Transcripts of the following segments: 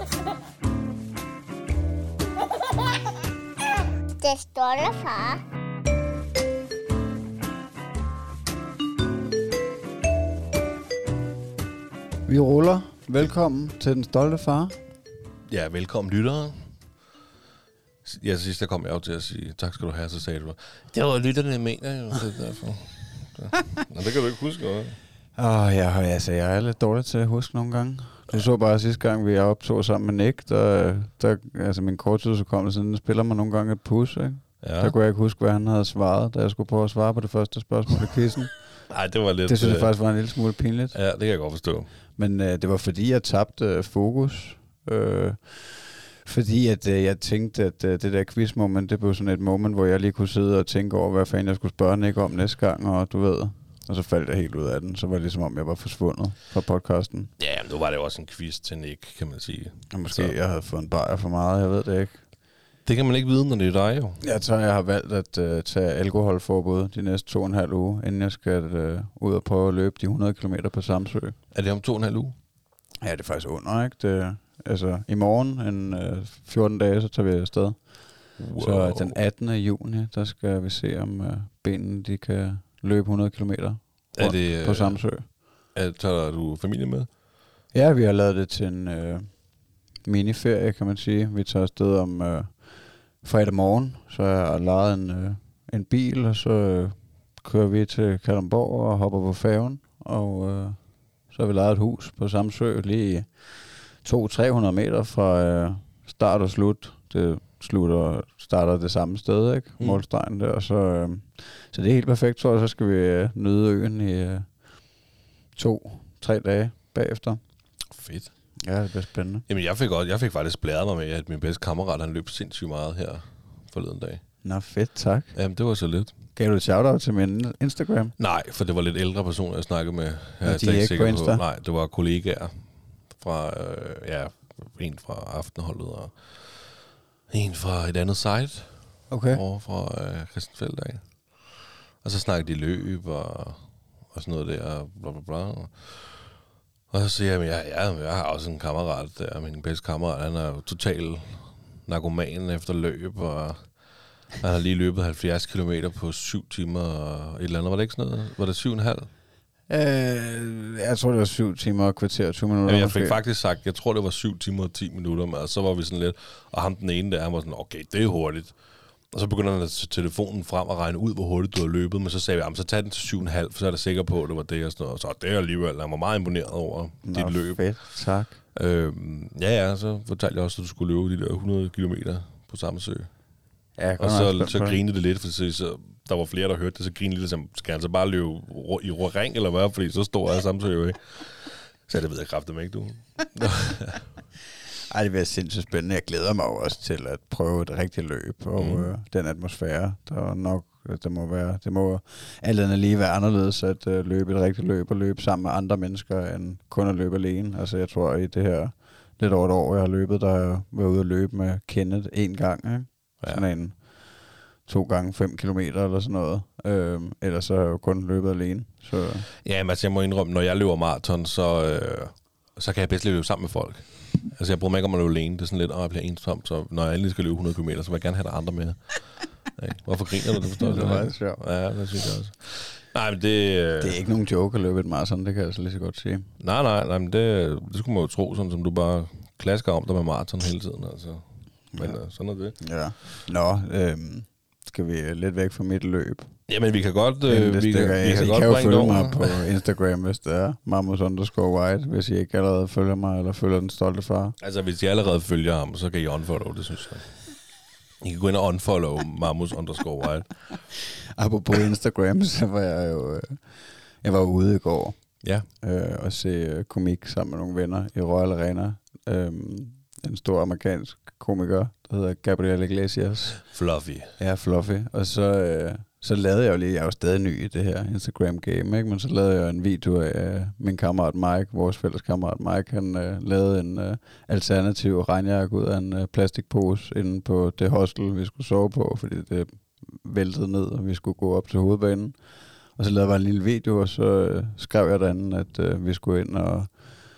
Det stolte far. Vi ruller. Velkommen til Den Stolte Far. Ja, velkommen lyttere. Ja, sidst der kom jeg jo til at sige, tak skal du have, så sagde du, det var lytterne, mener jo, det derfor. Nå, det kan du ikke huske, eller? Jeg er lidt dårlig til at huske nogle gange. Du så bare sidste gang, vi optog sammen med Nick, der altså min korttidsudkommelse, den spiller mig nogle gange et pus, ikke? Ja. Der kunne jeg ikke huske, hvad han havde svaret, da jeg skulle prøve at svare på det første spørgsmål i quizzen. Nej, det var lidt... Det synes jeg faktisk var en lille smule pinligt. Ja, det kan jeg godt forstå. Men det var fordi, jeg tabte fokus. Fordi at jeg tænkte, at det der quizmoment, det blev sådan et moment, hvor jeg lige kunne sidde og tænke over, hvad fanden jeg skulle spørge Nick om næste gang, og du ved... Og så faldt jeg helt ud af den. Så var det ligesom om, jeg var forsvundet fra podcasten. Ja, men nu var det jo også en quiz til Nick, kan man sige. Og måske jeg havde fået en bajer for meget, jeg ved det ikke. Det kan man ikke vide, når det er dig jo. Jeg har valgt at tage alkoholforbud de næste 2,5 uger, inden jeg skal ud og prøve at løbe de 100 km på Samsø. Er det om 2,5 uger? Ja, det er faktisk under, ikke? I morgen, 14 dage, så tager vi afsted. Wow. Så den 18. juni, der skal vi se, om benene de kan løbe 100 km på Samsø. Tager du familie med? Ja, vi har lavet det til en miniferie, kan man sige. Vi tager afsted om fredag morgen, så jeg har lejet en bil, og så kører vi til Kalundborg og hopper på færgen. Og så har vi lejet et hus på Samsø lige 200-300 meter fra start og slut. Det starter det samme sted, ikke? Målstregen der, så det er helt perfekt, så skal vi nyde øen i 2-3 dage bagefter. Fedt. Ja, det bliver spændende. Jamen, jeg fik faktisk blæret mig med, at min bedste kammerat, han løb sindssygt meget her forleden dag. Nå, fedt, tak. Jamen, det var så lidt. Gav du et shout-out til min Instagram? Nej, for det var lidt ældre personer, jeg snakkede med. Ja, de er ikke på Insta? Nej, det var kollegaer fra, en fra Aftenholdet og en fra et andet site. Okay. Over fra Christiansfeld af. Og så snakkede de løb og sådan noget der, bla bla bla. Og så siger jeg, jeg har også en kammerat der, min bedste kammerat, han er jo total narkoman efter løb, og han har lige løbet 70 kilometer på 7 timer og et eller andet. Var det ikke sådan noget? Var det 7,5? Jeg tror, det var 7 timer og kvarter 20 minutter. Ja, jeg fik faktisk sagt, jeg tror, det var 7 timer og 10 minutter, men så var vi sådan lidt, og ham den ene der, han var sådan, okay, det er hurtigt. Og så begynder han at tage telefonen frem og regne ud, hvor hurtigt du har løbet, men så sagde vi, så tag den til 7,5, for så er jeg sikker på, at det var det og sådan noget. Og så det er alligevel, han var meget imponeret over dit løb. Fedt, tak. Så fortalte jeg også, at du skulle løbe de der 100 kilometer på Samsø. Ja, og så grinede det lidt, for så der var flere, der hørte det, så grinede lidt, som skal han så bare løbe i ring eller hvad, fordi så står jeg Samsø jo ikke. Så det ved jeg kraftedeme ikke, du. Ej, det bliver sindssygt spændende. Jeg glæder mig også til at prøve et rigtigt løb, og den atmosfære, der nok, det må alt andet lige være anderledes at løbe et rigtigt løb og løbe sammen med andre mennesker, end kun at løbe alene. Altså jeg tror, i det her lidt over et år, jeg har løbet, der har jeg været ude at løbe med Kenneth 1 gang, ikke? Ja. Sådan en 2 gange 5 kilometer eller sådan noget. Ellers så har jeg jo kun løbet alene. Så. Ja, men altså jeg må indrømme, når jeg løber maraton, så kan jeg bedst løbe sammen med folk. Altså jeg bruger mig ikke om at løbe alene. Det er sådan lidt, jeg bliver ensom, så når jeg endelig skal løbe 100 km, så vil jeg gerne have der andre med. Hvorfor griner du? Det forstår det er meget sjovt. Ja, det synes jeg også. Nej, men det er ikke nogen joke at løbe et maraton, det kan jeg så lige så godt sige. Nej, men det skulle man jo tro, sådan som du bare klasker om dig med maraton hele tiden. Altså. Men sådan er det. Ja. Nå, skal vi lidt væk fra mit løb? Jamen, vi kan godt I kan jo følge mig på Instagram, hvis det er Mamus_white, hvis I ikke allerede følger mig, eller følger Den Stolte Far. Altså, hvis I allerede følger ham, så kan I unfollow, det synes jeg. I kan gå ind og unfollow Mamus_white. Apropos Instagram, så var jeg var ude i går. Ja. Og se komik sammen med nogle venner i Royal Arena. En stor amerikansk komiker, der hedder Gabriel Iglesias. Fluffy. Ja, Fluffy. Og så lavede jeg jo lige, jeg er jo stadig ny i det her Instagram-game, ikke? Men så lavede jeg en video af min kammerat Mike, vores fælles kammerat Mike. Han lavede en alternativ regnjakke ud af en plastikpose inde på det hostel, vi skulle sove på, fordi det væltede ned, og vi skulle gå op til hovedbanen. Og så lavede jeg en lille video, og så skrev jeg derinde, at vi skulle ind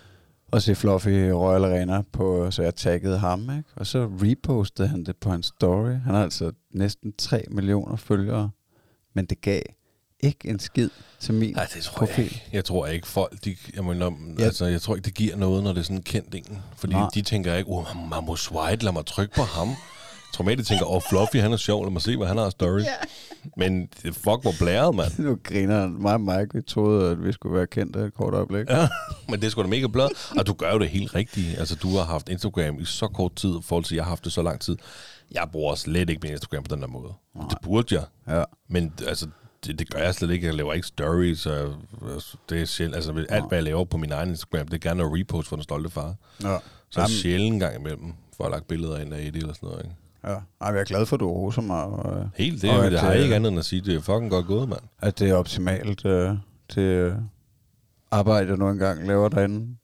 at se Fluffy Royal Arena på, så jeg taggede ham, ikke? Og så repostede han det på hans story. Han har altså næsten 3 millioner følgere, men det gav ikke en skid til min Nej, det tror profil. jeg ikke. Jeg tror ikke folk, jeg tror ikke, det giver noget, når det er sådan en kendt en. Fordi de tænker ikke, Mamos White, lad mig trykke på ham. Jeg tror med, de tænker, Fluffy, han er sjov, lad mig se, hvad han har story. Men fuck, hvor blæret, mand. Nu griner mig og Mike, vi troede, at vi skulle være kendte et kort øjeblik. Ja, men det er sgu da mega blæret. Og du gør jo det helt rigtigt. Altså, du har haft Instagram i så kort tid, i forhold til, at jeg har haft det så lang tid. Jeg bruger slet ikke min Instagram på den der måde. Nej. Det burde jeg. Ja. Men altså, det gør jeg slet ikke. Jeg laver ikke stories. Og det er sjældent. Altså, alt, hvad jeg laver på min egen Instagram, det er gerne at repost for den stolte far. Ja. Så er sjældent gang imellem, for at lagt billeder ind af Eddie eller sådan noget, ikke? Ja, jeg er glad for, at du roser mig. Og, helt det, og det har jeg ikke andet end at sige, det er fucking godt gået, mand. At det er optimalt til arbejde, jeg nu engang laver derinde,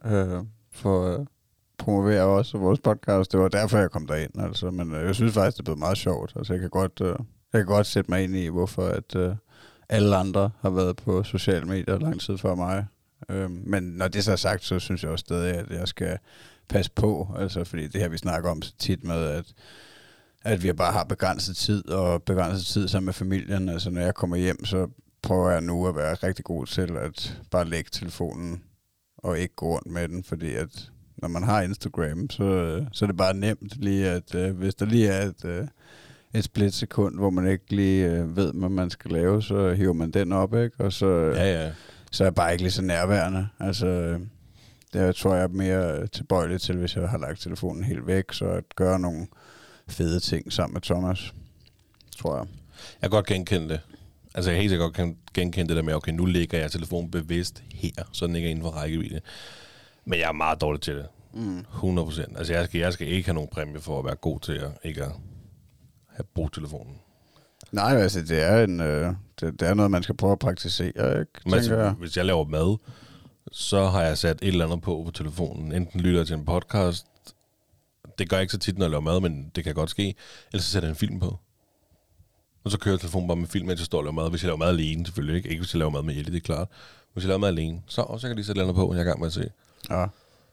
for at promovere også vores podcast. Det var derfor, jeg kom derind, altså. Men jeg synes faktisk, det er blevet meget sjovt. Altså, jeg kan godt sætte mig ind i, hvorfor at alle andre har været på sociale medier lang tid før mig. Men når det så er sagt, så synes jeg også stadig, at jeg skal passe på, altså, fordi det her, vi snakker om så tit med, at vi bare har begrænset tid sammen med familien. Altså, når jeg kommer hjem, så prøver jeg nu at være rigtig god til at bare lægge telefonen og ikke gå rundt med den, fordi at når man har Instagram, så er det bare nemt lige, at hvis der lige er et splitsekund, hvor man ikke lige ved, hvad man skal lave, så hiver man den op, ikke? Og så, så er jeg bare ikke lige så nærværende. Altså, det tror jeg er mere tilbøjelig til, hvis jeg har lagt telefonen helt væk, så at gøre nogle fede ting sammen med Thomas, tror jeg. Jeg kan godt genkende det. Altså, jeg helt sikkert godt genkende det der med, okay, nu lægger jeg telefonen bevidst her, så den ikke er inden for rækkevidde. Men jeg er meget dårlig til det. 100%. Altså, jeg skal ikke have nogen præmie for at være god til at ikke at have brugt telefonen. Nej, altså, det er noget, man skal prøve at praktisere, ikke? Men altså, hvis jeg laver mad, så har jeg sat et eller andet på telefonen. Enten lytter jeg til en podcast. Det gør jeg ikke så tit, når jeg laver mad, men det kan godt ske. Ellers så sætter jeg en film på. Og så kører jeg telefonen bare med film, mens jeg står og laver mad. Hvis jeg laver mad alene, selvfølgelig ikke. Ikke hvis jeg laver mad med Eddie, det er klart. Hvis jeg laver mad alene, så kan jeg lige sætte et eller andet på, og jeg er i gang med at se. Ja.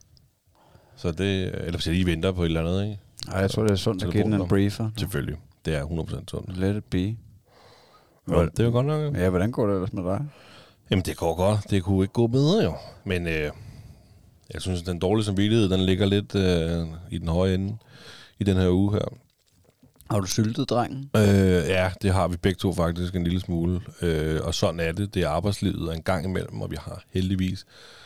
Så det... Eller hvis jeg lige venter på et eller andet, ikke? Nej, jeg tror, det er sundt at give den en briefer. Selvfølgelig. Det er 100% sundt. Let it be. Ja, det er jo godt nok. Ja, hvordan går det ellers med dig? Jamen, det går godt. Det kunne ikke gå bedre, jo. Men jeg synes, at den dårlige samvittighed, den ligger lidt i den høje ende i den her uge her. Har du syltet, drengen? Ja, det har vi begge to faktisk en lille smule. Og sådan er det. Det er arbejdslivet en gang imellem, og vi har heldigvis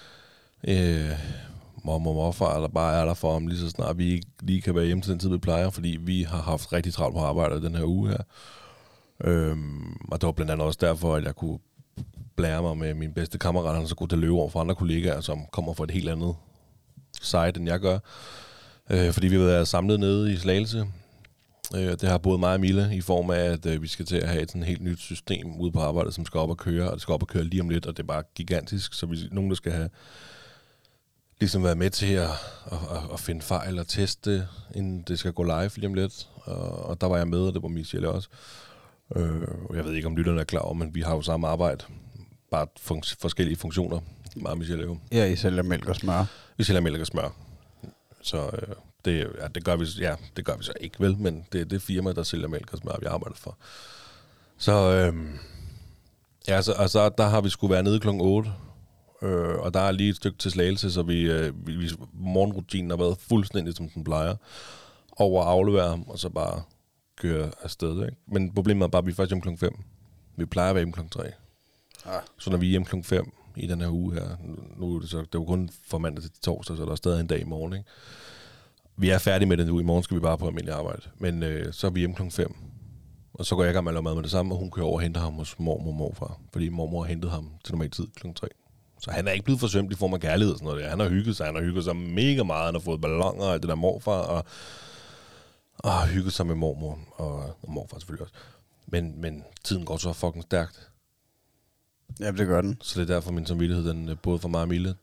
mormor og morfar, der bare er der for ham, lige så snart vi ikke lige kan være hjemme til den tid, vi plejer, fordi vi har haft rigtig travlt på arbejde den her uge her. Og det var blandt andet også derfor, at jeg kunne blære mig med min bedste kammerat, han så kunne tage løbe over for andre kollegaer, som kommer fra et helt andet site, end jeg gør. Fordi vi har været samlet nede i Slagelse. Det har både mig og Mille i form af, at vi skal til at have et sådan helt nyt system ude på arbejdet, som skal op og køre, og det skal op og køre lige om lidt, og det er bare gigantisk, så vi nogen, der skal have ligesom været med til at finde fejl og teste, inden det skal gå live lige om lidt. Og der var jeg med, og det var Michelle også. Jeg ved ikke, om lytterne er klar over, men vi har jo samme arbejde. Bare forskellige funktioner. Meget Michelle jo. Ja, I sælger mælk og smør. Vi sælger mælk og smør. Så det gør vi så ikke vel, men det er det firma, der sælger mælk og smør, vi arbejder for. Så så der har vi skulle være nede kl. 8. Og der er lige et stykke til Slagelse, så vi morgenrutinen har været fuldstændig, som den plejer. Over at aflevere ham, og så bare køre afsted, ikke? Men problemet er bare, at vi er først hjemme kl. 5. Vi plejer at være hjemme kl. 3. Så når vi er hjemme kl. 5 i den her uge her, nu er det jo kun fra mandag til torsdag, så der er stadig en dag i morgen, ikke? Vi er færdige med den uge. I morgen skal vi bare på almindelig arbejde. Men så er vi hjemme kl. 5. Og så går jeg i gang med at lave mad med det samme, og hun kører over og henter ham hos mormor og morfar. Fordi mormor har hentet ham til normal tid kl. 3. Så han er ikke blevet forsømt i form af kærlighed og sådan noget der. Han har hygget sig mega meget. Han har fået balloner og det der morfar, og hygget sig med mormor og morfar selvfølgelig også. Men tiden går så fucking stærkt. Ja, det gør den. Så det er derfor min samvittighed, den både for mig og Mille,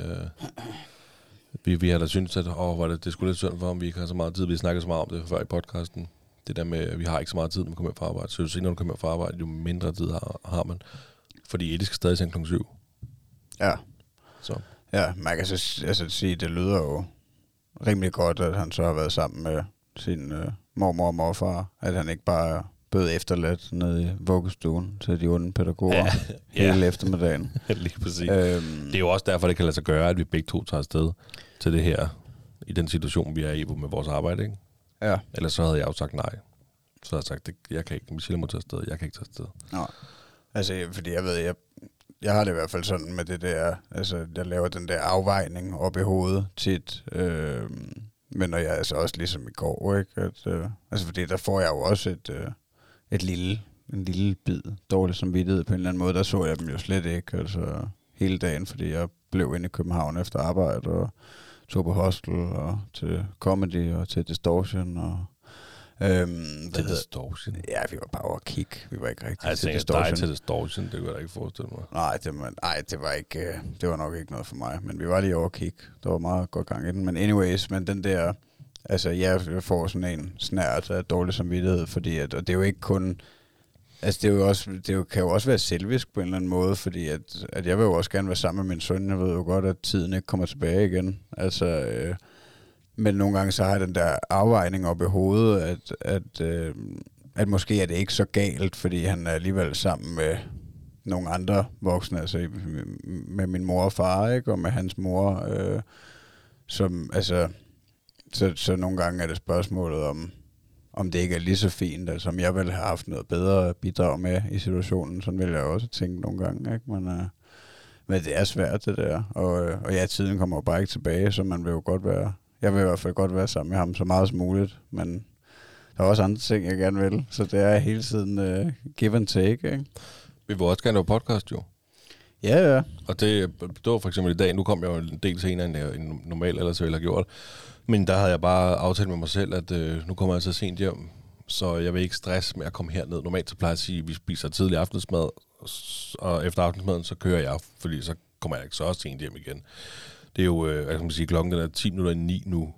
vi har da syntes, at det skulle lidt synd for, om vi ikke har så meget tid. Vi snakker så meget om det før i podcasten. Det der med, at vi har ikke så meget tid, når vi kommer hjem fra arbejde. Så jo senere du kommer hjem fra arbejde, jo mindre tid har man. Fordi Eddie skal stadig sende kl. 7. Ja. Så. Ja, man kan så altså, sige, det lyder jo rimelig godt, at han så har været sammen med sin mormor og morfar. At han ikke bare er blevet efterladt nede i vuggestuen til de onde pædagoger hele eftermiddagen. Lige præcis. Det er jo også derfor, det kan lade sig gøre, at vi begge to tager afsted til det her, i den situation, vi er i med vores arbejde, ikke? Ja. Ellers så havde jeg jo sagt nej. Så havde jeg sagt, jeg kan ikke, Michelle må tage afsted, jeg kan ikke tage afsted. Nå. Altså, fordi jeg ved, jeg har det i hvert fald sådan med det der, altså, jeg laver den der afvejning op i hovedet tit, men når jeg altså også ligesom i går, ikke? At, altså, fordi der får jeg jo også en lille bid dårlig samvittighed på en eller anden måde. Der så jeg dem jo slet ikke, altså hele dagen, fordi jeg blev inde i København efter arbejde, og tog på hostel, og til comedy, og til Distortion, og til Distortion? Ja, vi var bare over at kigge. Vi var ikke rigtig til Distortion. Jeg til Distortion, det kunne jeg da ikke forestille mig. Nej, det var nok ikke noget for mig. Men vi var lige over at kigge. Der var meget godt gang i den. Men anyways, men den der, altså jeg får sådan en snært af dårlig samvittighed, fordi og det er jo ikke kun, altså kan jo også være selvisk på en eller anden måde, fordi at jeg vil jo også gerne være sammen med min søn. Jeg ved jo godt, at tiden ikke kommer tilbage igen. Altså, men nogle gange så har jeg den der afvejning op i hovedet, at måske er det ikke så galt, fordi han er alligevel sammen med nogle andre voksne, altså med min mor og far, ikke, og med hans mor, som, altså, så nogle gange er det spørgsmålet om det ikke er lige så fint, altså om jeg ville have haft noget bedre bidrag med i situationen, sådan vil jeg også tænke nogle gange, ikke, men det er svært det der, og ja, tiden kommer jo bare ikke tilbage, så man vil jo godt være, jeg vil i hvert fald godt være sammen med ham så meget som muligt, men der er også andre ting, jeg gerne vil, så det er hele tiden give and take, ikke? Vi vil også gerne lave podcast, jo. Ja. Og det var for eksempel i dag, nu kom jeg jo en del senere, end jeg normalt ellers ville have gjort, men der havde jeg bare aftalt med mig selv, at nu kommer jeg så sent hjem, så jeg vil ikke stresse med at komme herned. Normalt så plejer jeg at sige, at vi spiser tidlig aftensmad, og efter aftensmaden, så kører jeg, fordi så kommer jeg ikke så sent hjem igen. Det er jo, jeg kan sige, klokken er 10 minutter i 9 nu,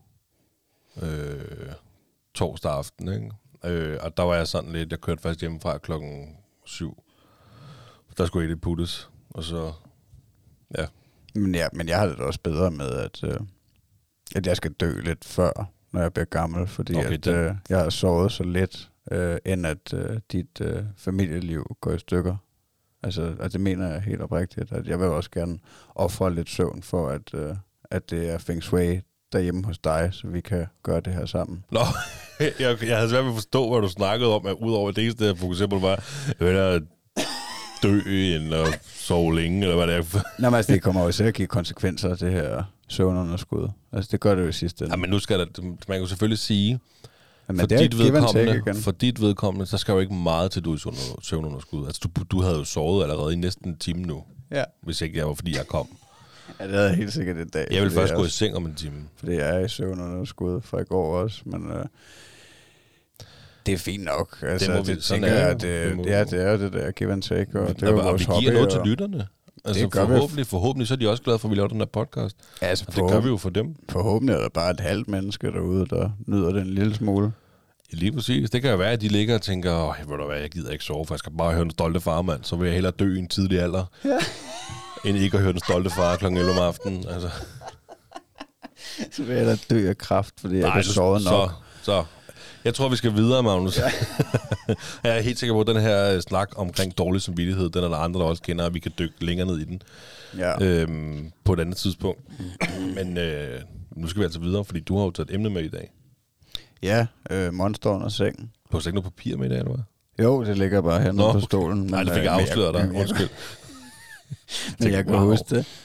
torsdag aften, ikke? Og der var jeg sådan lidt, jeg kørte først hjemmefra klokken 7. Der skulle ikke puttes, og så, ja. Men jeg har det også bedre med, at jeg skal dø lidt før, når jeg bliver gammel, fordi jeg har sovet så lidt, end at dit familieliv går i stykker. Altså, det mener jeg helt oprigtigt, at jeg vil også gerne ofre lidt søvn for, at det er feng shui derhjemme hos dig, så vi kan gøre det her sammen. Nå, jeg havde svært ved at forstå, hvad du snakkede om, at udover det eneste, jeg fokuserer på, var at dø eller sove længe, eller hvad det er. Nå, men altså, det kommer jo til at give konsekvenser, det her søvnunderskud. Altså, det gør det jo i sidste ende. Ja, men nu skal man kan jo selvfølgelig sige, jamen, for dit vedkommende, så skal jo ikke meget til, du er i søvnunderskud. Altså, du havde jo sovet allerede i næsten en time nu, hvis ikke jeg var, fordi jeg kom. Ja, det havde helt sikkert en dag. Jeg vil først gå i seng om en time. Fordi jeg er i søvnunderskud fra i går også, men det er fint nok. Altså, det er det der give and take, og det er jo vores hobby. Vi giver noget til lytterne. Altså forhåbentlig så er de også glade for, at vi laver den her podcast. Ja, altså, og det gør vi jo for dem. Forhåbentlig er der bare et halvt menneske derude, der nyder den en lille smule. Lige præcis. Det kan jo være, at de ligger og tænker, ved du hvad, jeg gider ikke sove, for jeg skal bare høre en stolte farmand, så vil jeg hellere dø i en tidlig alder, end ikke at høre den stolte far kl. 11 om aftenen. Altså. Så vil jeg hellere dø af kræft, fordi jeg ikke har sovet nok. Så. Jeg tror, vi skal videre, Magnus. Ja. Jeg er helt sikker på, at den her snak omkring dårlig samvittighed, den er der andre, der også kender, og vi kan dykke længere ned i den på et andet tidspunkt. Men nu skal vi altså videre, fordi du har jo taget et emne med i dag. Ja, monster under sengen. Du har ikke noget papir med i dag, eller hvad? Jo, det ligger bare hernede på stolen. Nej, det fik jeg afsløret dig. Undskyld. Men jeg kan huske det.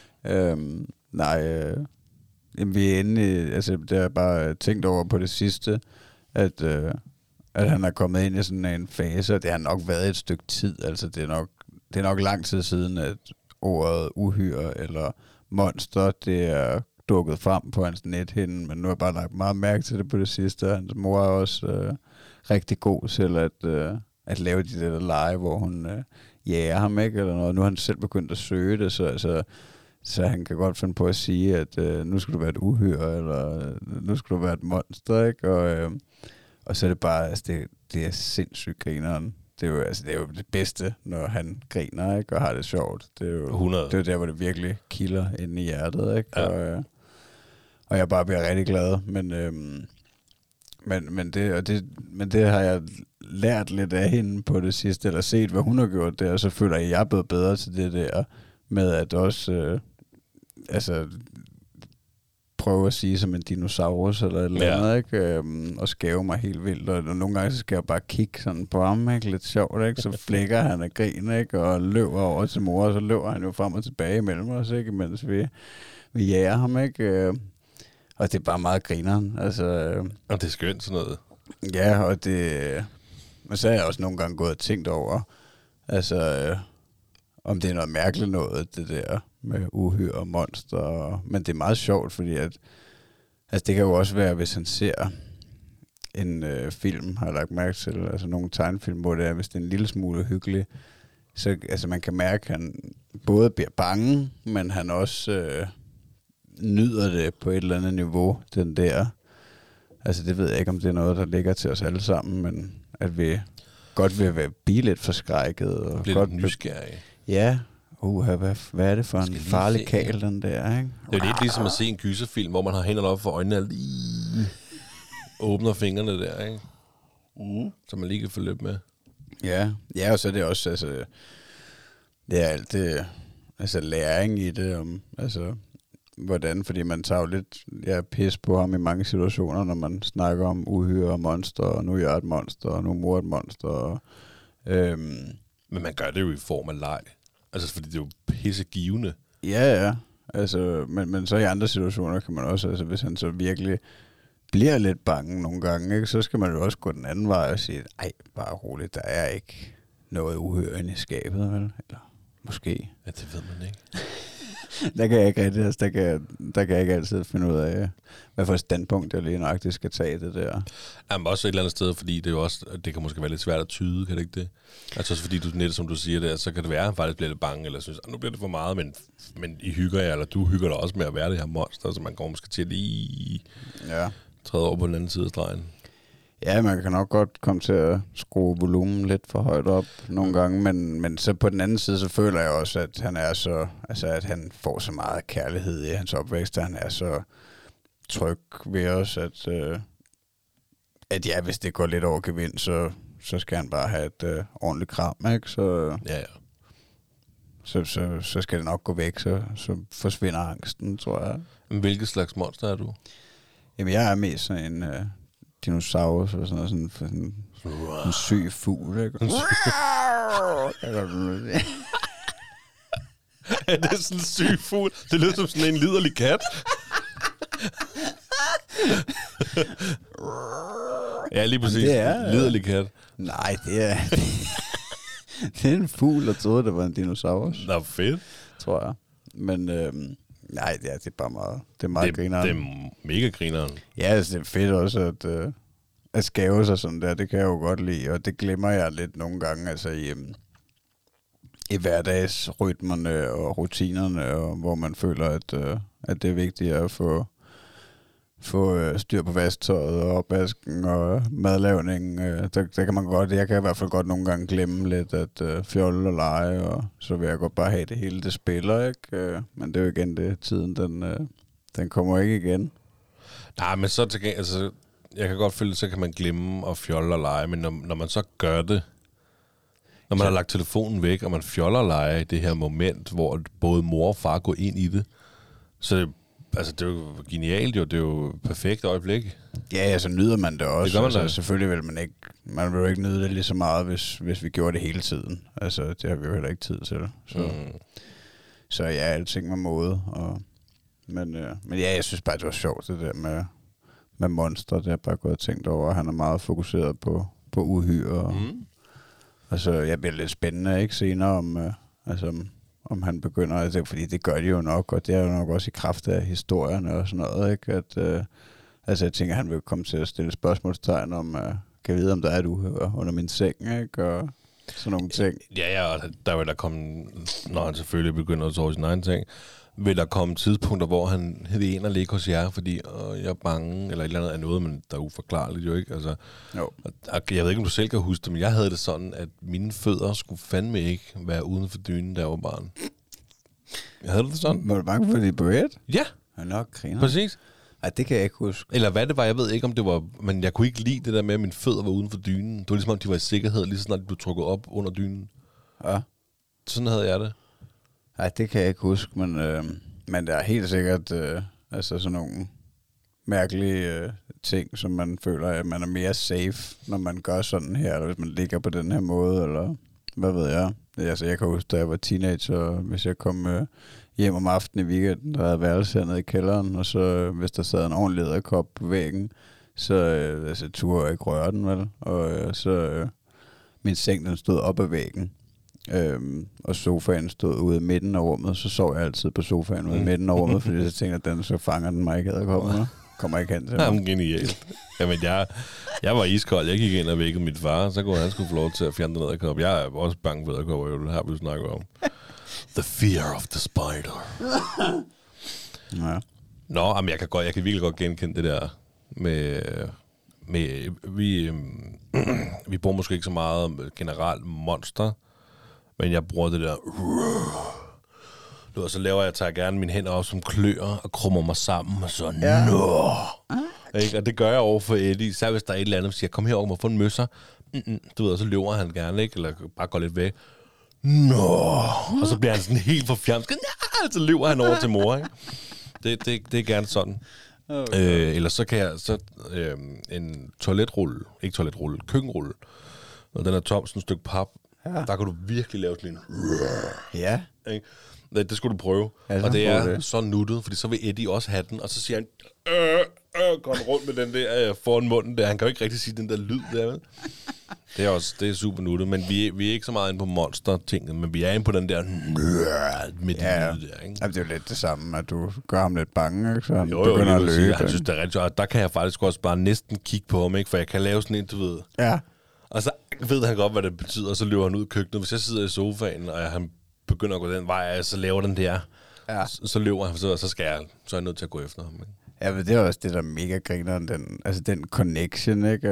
Vi er inde i, altså det har jeg bare tænkt over på det sidste, at han er kommet ind i sådan en fase, og det har nok været et stykke tid. Altså det er nok lang tid siden, at ordet uhyre eller monster, det er dukket frem på hans nethinde, men nu har jeg bare lagt meget mærke til det på det sidste. Hans mor er også rigtig god til at lave de der lege, hvor hun jager ham, ikke? Eller noget. Nu har han selv begyndt at søge det, så han kan godt finde på at sige, at nu skal du være et uhyre, eller nu skal du være et monster, ikke? Og så er det bare, altså det er sindssygt grineren. det er jo det bedste, når han griner, ikke, og har det sjovt. Det er jo 100. Det er jo der, hvor det virkelig kilder inde i hjertet, ikke? Ja. Og jeg bare bliver rigtig glad, men det har jeg lært lidt af hende på det sidste, eller set, hvad hun har gjort der, og så føler jeg, at jeg er blevet bedre til det der, med at også, prøve at sige som en dinosaurus, eller et eller andet, ikke? Og skæve mig helt vildt, og nogle gange så skal jeg bare kigge sådan på ham, ikke? Lidt sjovt, ikke? Så flækker han af grin, ikke? Og løber over til mor, og så løber han jo frem og tilbage imellem os, ikke? Mens vi jager ham, ikke? Og det er bare meget grineren, altså. Og det er skønt sådan noget. Ja, og men så har jeg også nogle gange gået og tænkt over, altså, om det er noget mærkeligt noget, det der med uhyre og monster. Men det er meget sjovt, fordi at, altså det kan jo også være, hvis han ser en film, har jeg lagt mærke til, altså nogle tegnefilm, hvor det er, hvis det er en lille smule hyggelig, så altså man kan mærke, at han både bliver bange, men han også nyder det på et eller andet niveau, den der. Altså det ved jeg ikke, om det er noget, der ligger til os alle sammen, men at vi godt vil blive lidt forskrækket. Og bliver godt lidt nysgerrige. Ja. Hvad er det for en farlig kæl, den der, ikke? Det er jo lidt ligesom at se en gyserfilm, hvor man har hænderne op for øjnene og lige åbner fingrene der, ikke? Så man lige kan følge lidt med. Ja, og så er det også, altså, det er alt det, altså læring i det, om, altså, hvordan, fordi man tager jo lidt pis på ham i mange situationer, når man snakker om uhyre og monster, og nu er jeg et monster, og nu er mor et monster. Men man gør det jo i form af leg. Altså, fordi det er jo pissegivende. Ja. Altså, men så i andre situationer kan man også, altså hvis han så virkelig bliver lidt bange nogle gange, ikke, så skal man jo også gå den anden vej og sige, ej, bare roligt, der er ikke noget uhyre inde i skabet, vel? Eller måske. Ja, det ved man ikke. Der kan jeg ikke rigtig, altså, der kan jeg ikke altid finde ud af, hvad for et standpunkt jeg lige nøjagtigt skal tage det der. Jamen også et eller andet sted, fordi det er jo også, det kan måske være lidt svært at tyde, kan det ikke det? Altså også fordi du netop, som du siger der, så kan det være, at han faktisk bliver lidt bange, eller synes, nu bliver det for meget, men I hygger jer, eller du hygger dig også med at være det her monster, så man går måske til lige træde over på den anden side af stregen. Ja, man kan nok godt komme til at skrue volumen lidt for højt op nogle gange, men så på den anden side, så føler jeg også, at han er så, altså at han får så meget kærlighed i hans opvækst, at han er så tryg ved os, at ja, hvis det går lidt over gevind, så skal han bare have et ordentligt kram, ikke? Så, ja. Så skal det nok gå væk, så forsvinder angsten, tror jeg. Men hvilket slags monster er du? Jamen, jeg er mest sådan en dinosaurus, og sådan en syg fugl, ikke? Er det sådan en syg fugl? Det lyder som sådan en liderlig kat. Ja, lige præcis. Det er liderlig kat. Nej, det er en fugl, der troede, det var en dinosaurus. Nå, fedt. Tror jeg. Men nej, det er bare meget. Det er meget grineren. Det er mega grineren. Ja, altså, det er fedt også, at skæve sig sådan der. Det kan jeg jo godt lide, og det glemmer jeg lidt nogle gange, altså i hverdagsrytmerne og rutinerne, og hvor man føler, at det er vigtigt at få styr på vasktøjet og opvasken og madlavning. Der kan man godt, jeg kan i hvert fald godt nogle gange glemme lidt at fjolle og lege, og så vil jeg godt bare have det hele, det spiller, ikke? Men det er jo igen det, tiden, den kommer ikke igen. Nej, men så til gengæld, altså, jeg kan godt føle, så kan man glemme at fjolle og lege, men når man så gør det, når man har lagt telefonen væk, og man fjoller og leger i det her moment, hvor både mor og far går ind i det, så altså, det er jo genialt, jo. Det er jo et perfekt øjeblik. Ja, så nyder man det også. Det gør man altså, selvfølgelig vil man vil jo ikke nyde det lige så meget, hvis vi gjorde det hele tiden. Altså, det har vi jo heller ikke tid til. Så ja, alting med måde. Men ja, jeg synes bare, det var sjovt, det der med monster. Det har jeg bare gået og tænkt over. Han er meget fokuseret på uhyre. Altså, jeg bliver lidt spændende, ikke? Senere om han begynder, altså, fordi det gør de jo nok, og det er jo nok også i kraft af historierne og sådan noget, ikke? At, altså, jeg tænker, han vil komme til at stille spørgsmålstegn om, kan jeg vide, om der er et uhyre under min seng, ikke? Og sådan nogle ting. Ja, og der vil der komme, når han selvfølgelig begynder at sove sin egen ting. vil der komme tidspunkter, hvor han vil ind og ligge hos jer, fordi jeg er bange, eller et eller andet af noget, men der er uforklarligt jo ikke. Altså, Jo. jeg ved ikke, om du selv kan huske det, men jeg havde det sådan, at mine fødder skulle fandme ikke være uden for dynen, da jeg var barn. Jeg havde det sådan. Var du bange for, at de blev et? Ja, Ja, nok griner. præcis. Ej, det kan jeg ikke huske. Eller hvad det var, jeg ved ikke, om det var... Men jeg kunne ikke lide det der med, at mine fødder var uden for dynen. Det var ligesom, om de var i sikkerhed, lige så snart de blev trukket op under dynen. Ja. Sådan havde jeg det. Ej, det kan jeg ikke huske, men der er helt sikkert altså sådan nogle mærkelige ting, som man føler, at man er mere safe, når man gør sådan her, eller hvis man ligger på den her måde, eller hvad ved jeg. Altså, jeg kan huske, da jeg var teenager, hvis jeg kom hjem om aftenen i weekenden, der havde værelse hernede i kælderen, og så hvis der sad en ordentlig edderkop på væggen, så altså, turde jeg ikke røre den, vel? Og så min seng, den stod op ad væggen. Og sofaen stod ude i midten af rummet, så sov jeg altid på sofaen ude i midten af rummet, fordi jeg tænkte, at så fanger den mig ikke, at kommer ikke hen til mig. Jamen, genialt. Jamen, jeg var iskold. Jeg gik ind og vækkede mit far, så kunne han skulle få lov til at fjerne den edderkop. Jeg er også bange for edderkopper, det har vi snakket om. The fear of the spider. Ja. Nå, jamen, jeg kan virkelig godt genkende det der med vi bruger måske ikke så meget generelt monster, men jeg bruger det der. Så tager jeg gerne mine hænder op som klør og krummer mig sammen, og så ikke? Og det gør jeg over for Eddie, især hvis der er et eller andet, der siger, kom herover og få en møsser. Du ved, så løber han gerne, ikke? Eller bare går lidt væk. Og så bliver han sådan helt forfjamsket. Så løber han over til mor, ikke? Det er gerne sådan. Eller så kan jeg en toiletrulle, ikke toiletrulle, køkkenrulle. Når den er tom, sådan et stykke pap, der kan du virkelig lave sådan en... Ja. Ikke? Det skulle du prøve. Ja, og det er så nuttet, fordi så vil Eddie også have den, og så siger han, går han rundt med den der foran munden der. Han kan jo ikke rigtig sige den der lyd der, vel? Det er super nuttet, men vi er ikke så meget inde på monster-tingene, men vi er inde på den der med de lyd der, ikke? Jamen, det er jo lidt det samme, at du gør ham lidt bange, ikke? Så han Jo, begynder at løbe. Jeg synes, det er rigtig, og der kan jeg faktisk også bare næsten kigge på ham, ikke? For jeg kan lave sådan en, du ved. Ja. Og så ved han godt, hvad det betyder, og så løber han ud i køkkenet. Hvis jeg sidder i sofaen, og han begynder at gå den vej, så laver den der, så løber han, så er jeg nødt til at gå efter ham, ikke? Ja, men det er også det, der er mega griner, den connection, ikke?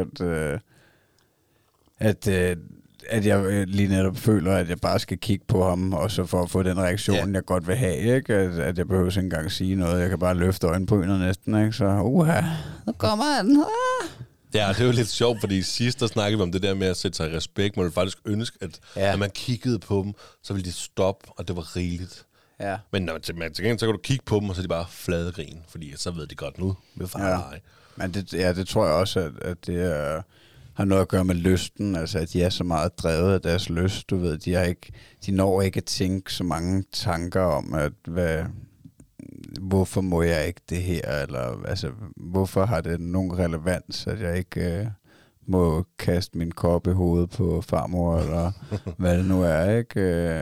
At jeg lige netop føler, at jeg bare skal kigge på ham, og så for at få den reaktion, jeg godt vil have, ikke? At jeg behøver ikke engang sige noget. Jeg kan bare løfte øjenbrynene næsten, ikke? Så, nu kommer han. Ja, det er jo lidt sjovt, fordi sidst der snakkede vi om det der med at sætte sig i respekt. Man ville faktisk ønske, at når man kiggede på dem, så ville de stoppe, og det var rigeligt. Ja. Men til gengæld, så kan du kigge på dem, og så er de bare flade grin, fordi så ved de godt nu. Men det tror jeg også, at det har noget at gøre med lysten, altså at de er så meget drevet af deres lyst, du ved, de når ikke at tænke så mange tanker om, at hvorfor må jeg ikke det her, eller altså, hvorfor har det nogen relevans, at jeg ikke må kaste min kop i hovedet på farmor, eller hvad det nu er, ikke?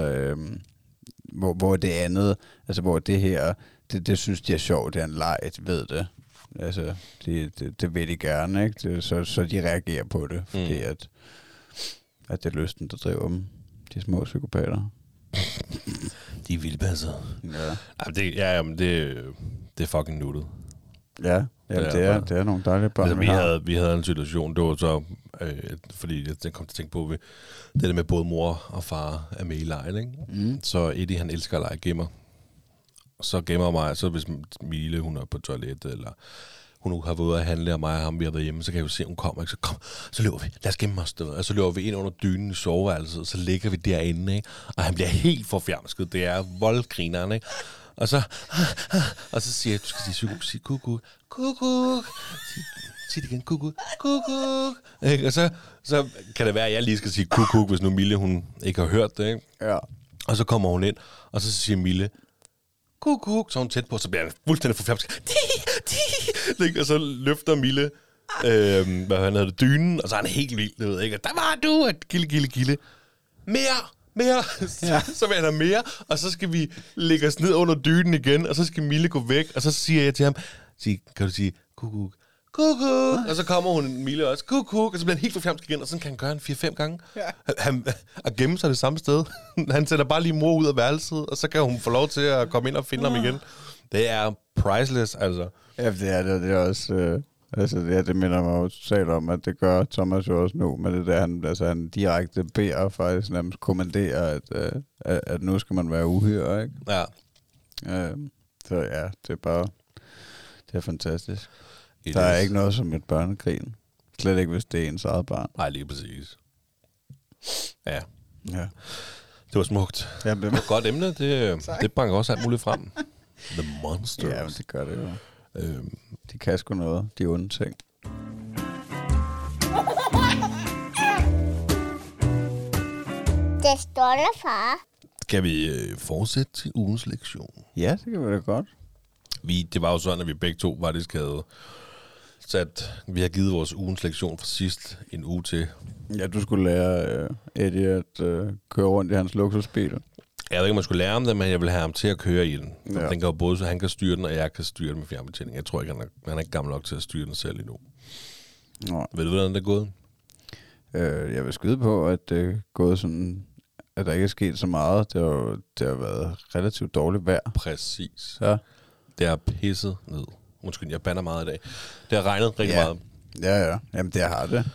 Hvor det andet, altså hvor det her, det synes de er sjovt, det er en leg, de ved det. Altså, det vil de gerne, ikke? Så de reagerer på det, fordi at det er lysten, der driver dem, de små psykopater. De er vildbassede. Ja. Men det er fucking nuttet. Ja, det er nogle dejlige børn, altså, vi havde en situation, det var så, fordi jeg kom til at tænke på, det der med både mor og far er med i lejen, ikke? Så Eddie, han elsker at lege gemmer. Så gemmer mig, så hvis Mille, hun er på toilettet, eller hun har været ude at handle, og mig og ham, vi har været hjemme, så kan jeg jo se, at hun kommer, ikke? Så kom, så løber vi, lad os gemme os, og så løber vi ind under dynen i soveværelset, og så ligger vi derinde, ikke? Og han bliver helt forfjamsket, det er voldgrineren, ikke? Og så siger jeg, du skal sige kukuk, kukuk, sig det igen, kukuk, kukuk, ikke? Og så kan det være, at jeg lige skal sige kukuk, hvis nu Mille, hun ikke har hørt det, ikke? Ja. Og så kommer hun ind, og så siger Mille, kukuk, så er hun tæt på, så bliver han fuldstændig forfjamsket. Og så løfter Mille, dynen, og så er han helt vild, du ved, ikke? Der var du, at gilde. Mere. Så vil han have mere, og så skal vi lægge os ned under dynen igen, og så skal Mille gå væk, og så siger jeg til ham, kan du sige kukuk, kuk, og så kommer hun Mille også, kuk, og så bliver han helt forfjamsk igen, og sådan kan han gøre en 4-5 gange. Ja. Han gemmer sig det samme sted. Han sætter bare lige mor ud af værelset, og så kan hun få lov til at komme ind og finde ham igen. Det er priceless, altså. Ja, det er også... det minder mig jo totalt om, at det gør Thomas jo også nu, med det der, han direkte beder og faktisk nærmest kommanderer, at nu skal man være uhyre, ikke? Ja. Så ja, det er fantastisk. It der er is. ikke noget som et børnegrin. Slet ikke, hvis det er ens eget barn. Nej, lige præcis. Ja. Ja. Det var smukt. Ja, det var et godt emne. Det banker også alt muligt frem. The Monsters. Ja, men det gør det jo. De kan sgu noget, de onde ting. Det står der, far. Skal vi fortsætte til ugens lektion? Ja, det kan vi da godt. Det var jo sådan, at vi begge to faktisk havde sat... Vi har givet vores ugens lektion fra sidst en uge til. Ja, du skulle lære Eddie at køre rundt i hans luksusbil. Jeg ved ikke, om man skulle lære ham det, men jeg vil have ham til at køre i den. Ja. Den kan jo både, så han kan styre den, og jeg kan styre den med fjernbetjening. Jeg tror ikke, han er ikke gammel nok til at styre den selv endnu. Nå. Ved du, hvordan det er gået? Jeg vil skyde på, at det er gået sådan, at der ikke er sket så meget. Det har været relativt dårligt vejr. Præcis. Ja. Det er pisset ned. Undskyld, jeg bander meget i dag. Det har regnet rigtig meget. Ja. Jamen, det har det.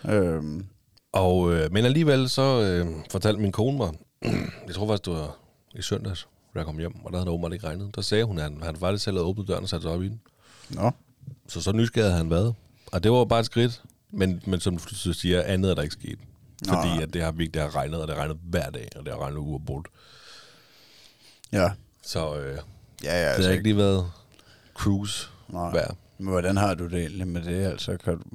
Men alligevel så fortalte min kone mig, jeg tror faktisk, det var i søndags, da jeg kom hjem, og der havde det åbenbart ikke regnet. Der sagde hun, at han faktisk selv havde åbnet døren og sat sig op i den. Nå. Så nysgerrig havde han været. Og det var bare et skridt. Men som du siger, andet er der ikke sket. Fordi at det har virkelig regnet, og det har regnet hver dag, og det har regnet uafbrudt. Ja. Så det har ikke lige været cruise vejr. Men hvordan har du det egentlig med det? Altså,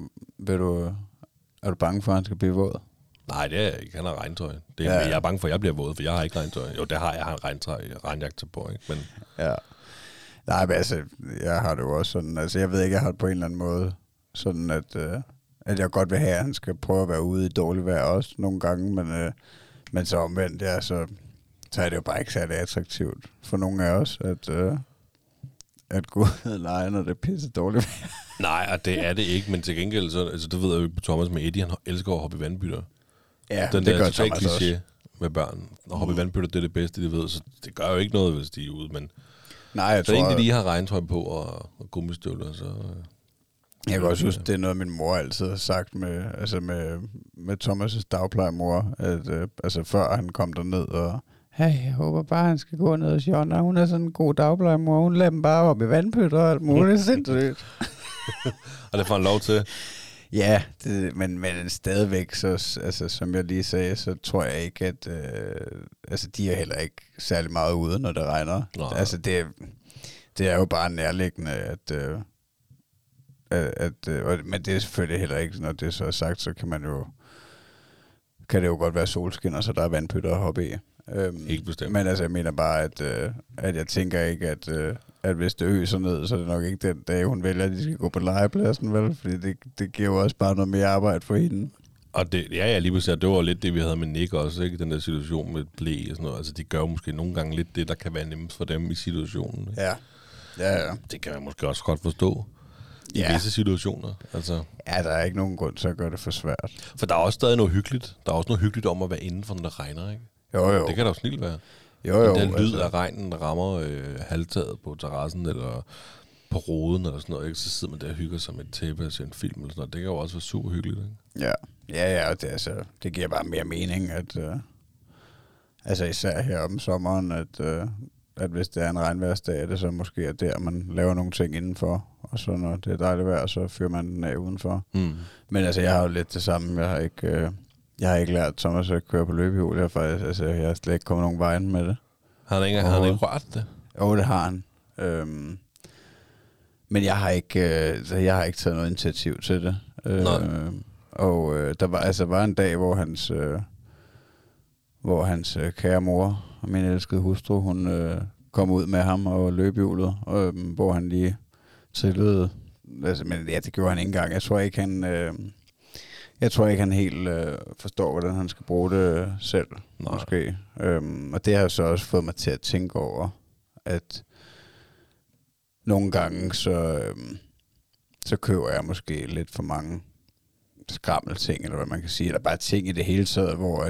er du bange for, at han skal blive våd? Nej, det er jeg ikke. Han har regntøj. Jeg er bange for, at jeg bliver våd, for jeg har ikke regntøj. Jo, det har jeg. Jeg har en regnjakke på, ikke? Men... Ja. Nej, men altså, jeg har det jo også sådan, altså, jeg ved ikke, jeg har det på en eller anden måde, sådan at jeg godt vil have, at han skal prøve at være ude i dårligt vejr også nogle gange, men så omvendt, ja, så er det jo bare ikke særlig attraktivt for nogle af os, at gå ud og lege, når det er pisse dårligt vejr. Nej, og det er det ikke, men til gengæld, så, altså, du ved jo Thomas med Eddie, han elsker at hoppe i vandbytter. Ja, den det der gør total Thomas kliché også. Med børn. At hoppe i vandbytter, det er det bedste, de ved, så det gør jo ikke noget, hvis de er ude, men nej, jeg så tror, ikke de lige har regntøj på og gummistøvler, så... Jeg kan også synes, det er noget, min mor altid har sagt med Thomas' dagplejemor, at før han kom derned og hey, jeg håber bare, han skal gå ned hos Jonna. Hun er sådan en god dagplejemor. Hun lader dem bare op i vandpytter og alt muligt. Sindssygt. Og det får han lov til. Ja, men stadigvæk, så, altså, som jeg lige sagde, så tror jeg ikke, at de er heller ikke særlig meget ude, når det regner. Nej. Altså, det er jo bare nærliggende, men det er selvfølgelig heller ikke, når det så er sagt, så kan det jo godt være solskin, og så der er vandpytter at hoppe i. Helt bestemt. Men altså, jeg mener bare, at jeg tænker ikke, at hvis det øser ned, så er det nok ikke den dag, hun vælger, at de skal gå på legepladsen, vel? Fordi det giver jo også bare noget mere arbejde for hende. Og det, ja, lige præcis, det var lidt det, vi havde med Nick også, ikke? Den der situation med blæ og sådan noget. Altså, de gør jo måske nogle gange lidt det, der kan være nemmest for dem i situationen. Ikke? Ja. Det kan man måske også godt forstå. I visse situationer. Altså. Ja, der er ikke nogen grund til at gøre det for svært. For der er også stadig noget hyggeligt. Der er også noget hyggeligt om at være indenfor, når det regner, ikke? Jo. Det kan da jo snilt være. Jo. Den lyd af regnen, der rammer halvtaget på terrassen, eller på roden, eller sådan noget, ikke? Så sidder man der og hygger sig med et tæppe og ser en film, eller sådan noget. Det kan jo også være super hyggeligt, ikke? Ja, og det giver bare mere mening, at især her om sommeren, at hvis det er en regnværsdag, er det så måske er der, man laver nogle ting indenfor, og så når det er dejligt vejr, så fyrer man den af udenfor. Mm. Men altså, jeg har jo lidt det samme. Jeg har ikke lært Thomas at køre på løbehjul. Jeg har slet ikke kommet nogen vejen med det. Har han ikke rørt det? Jo, det har han. Men jeg har ikke taget noget initiativ til det. Der var en dag, hvor hans kære mor og min elskede hustru, hun kom ud med ham og løbehjulet, hvor han lige trillede. Altså, men ja, det gjorde han ikke engang. Jeg tror ikke, han helt forstår, hvordan han skal bruge det selv, måske. Og det har så også fået mig til at tænke over, at nogle gange, så køber jeg måske lidt for mange skrammelting, eller hvad man kan sige, eller bare ting i det hele taget, hvor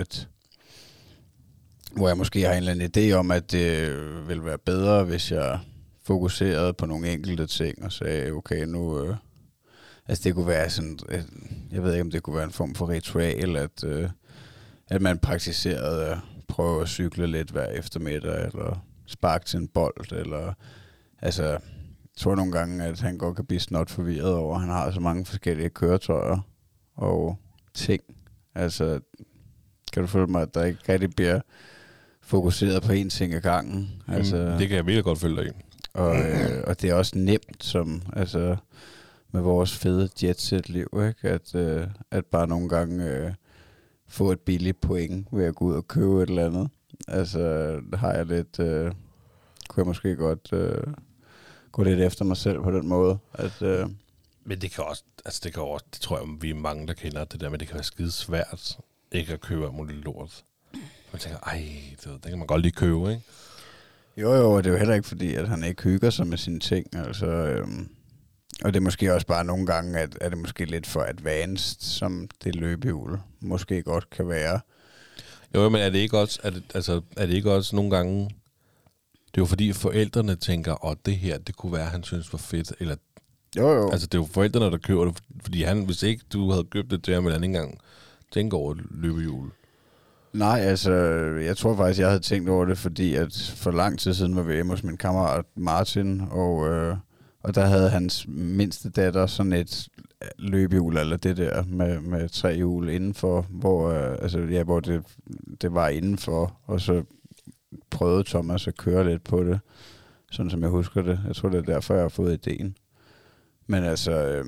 jeg måske har en eller anden idé om, at det vil være bedre, hvis jeg fokuserede på nogle enkelte ting, og sagde, okay, nu... altså det kunne være sådan... jeg ved ikke, om det kunne være en form for ritual, at man praktiserede at prøve at cykle lidt hver eftermiddag, eller sparke til en bold, eller... altså, jeg tror nogle gange, at han godt kan blive snot forvirret over, at han har så mange forskellige køretøjer og ting. Altså, kan du føle mig, at der ikke rigtig bliver fokuseret på én ting ad gangen? Altså, det kan jeg virkelig godt følge dig i. Og det er også nemt, som altså med vores fede jetset-liv, ikke? At bare nogle gange få et billigt point ved at gå ud og købe et eller andet. Altså, har jeg lidt... kunne jeg måske godt gå lidt efter mig selv på den måde. Men det kan også, det tror jeg, vi er mange, der kender det der, men det kan være skide svært ikke at købe alt muligt lort. Man tænker, det kan man godt lige købe, ikke? Jo, det er jo heller ikke fordi, at han ikke hygger sig med sine ting, altså... og det er måske også bare nogle gange, at er det måske lidt for advanced, som det løbehjul måske godt kan være. Jo, men er det ikke også nogle gange... Det er jo fordi forældrene tænker, det her, det kunne være, han synes var fedt, eller... Jo. Altså, det er jo forældrene, der køber det, fordi hvis ikke du havde købt det til ham, ville han ikke engang tænke over løbehjul. Nej, altså, jeg tror faktisk, jeg havde tænkt over det, fordi at for lang tid siden var vi hjemme hos min kammerat Martin, og der havde hans mindste datter sådan et løbehjul, eller det der med 3 hjul indenfor, hvor det var indenfor, og så prøvede Thomas at køre lidt på det, sådan som jeg husker det. Jeg tror, det er derfor, jeg har fået ideen. Men altså,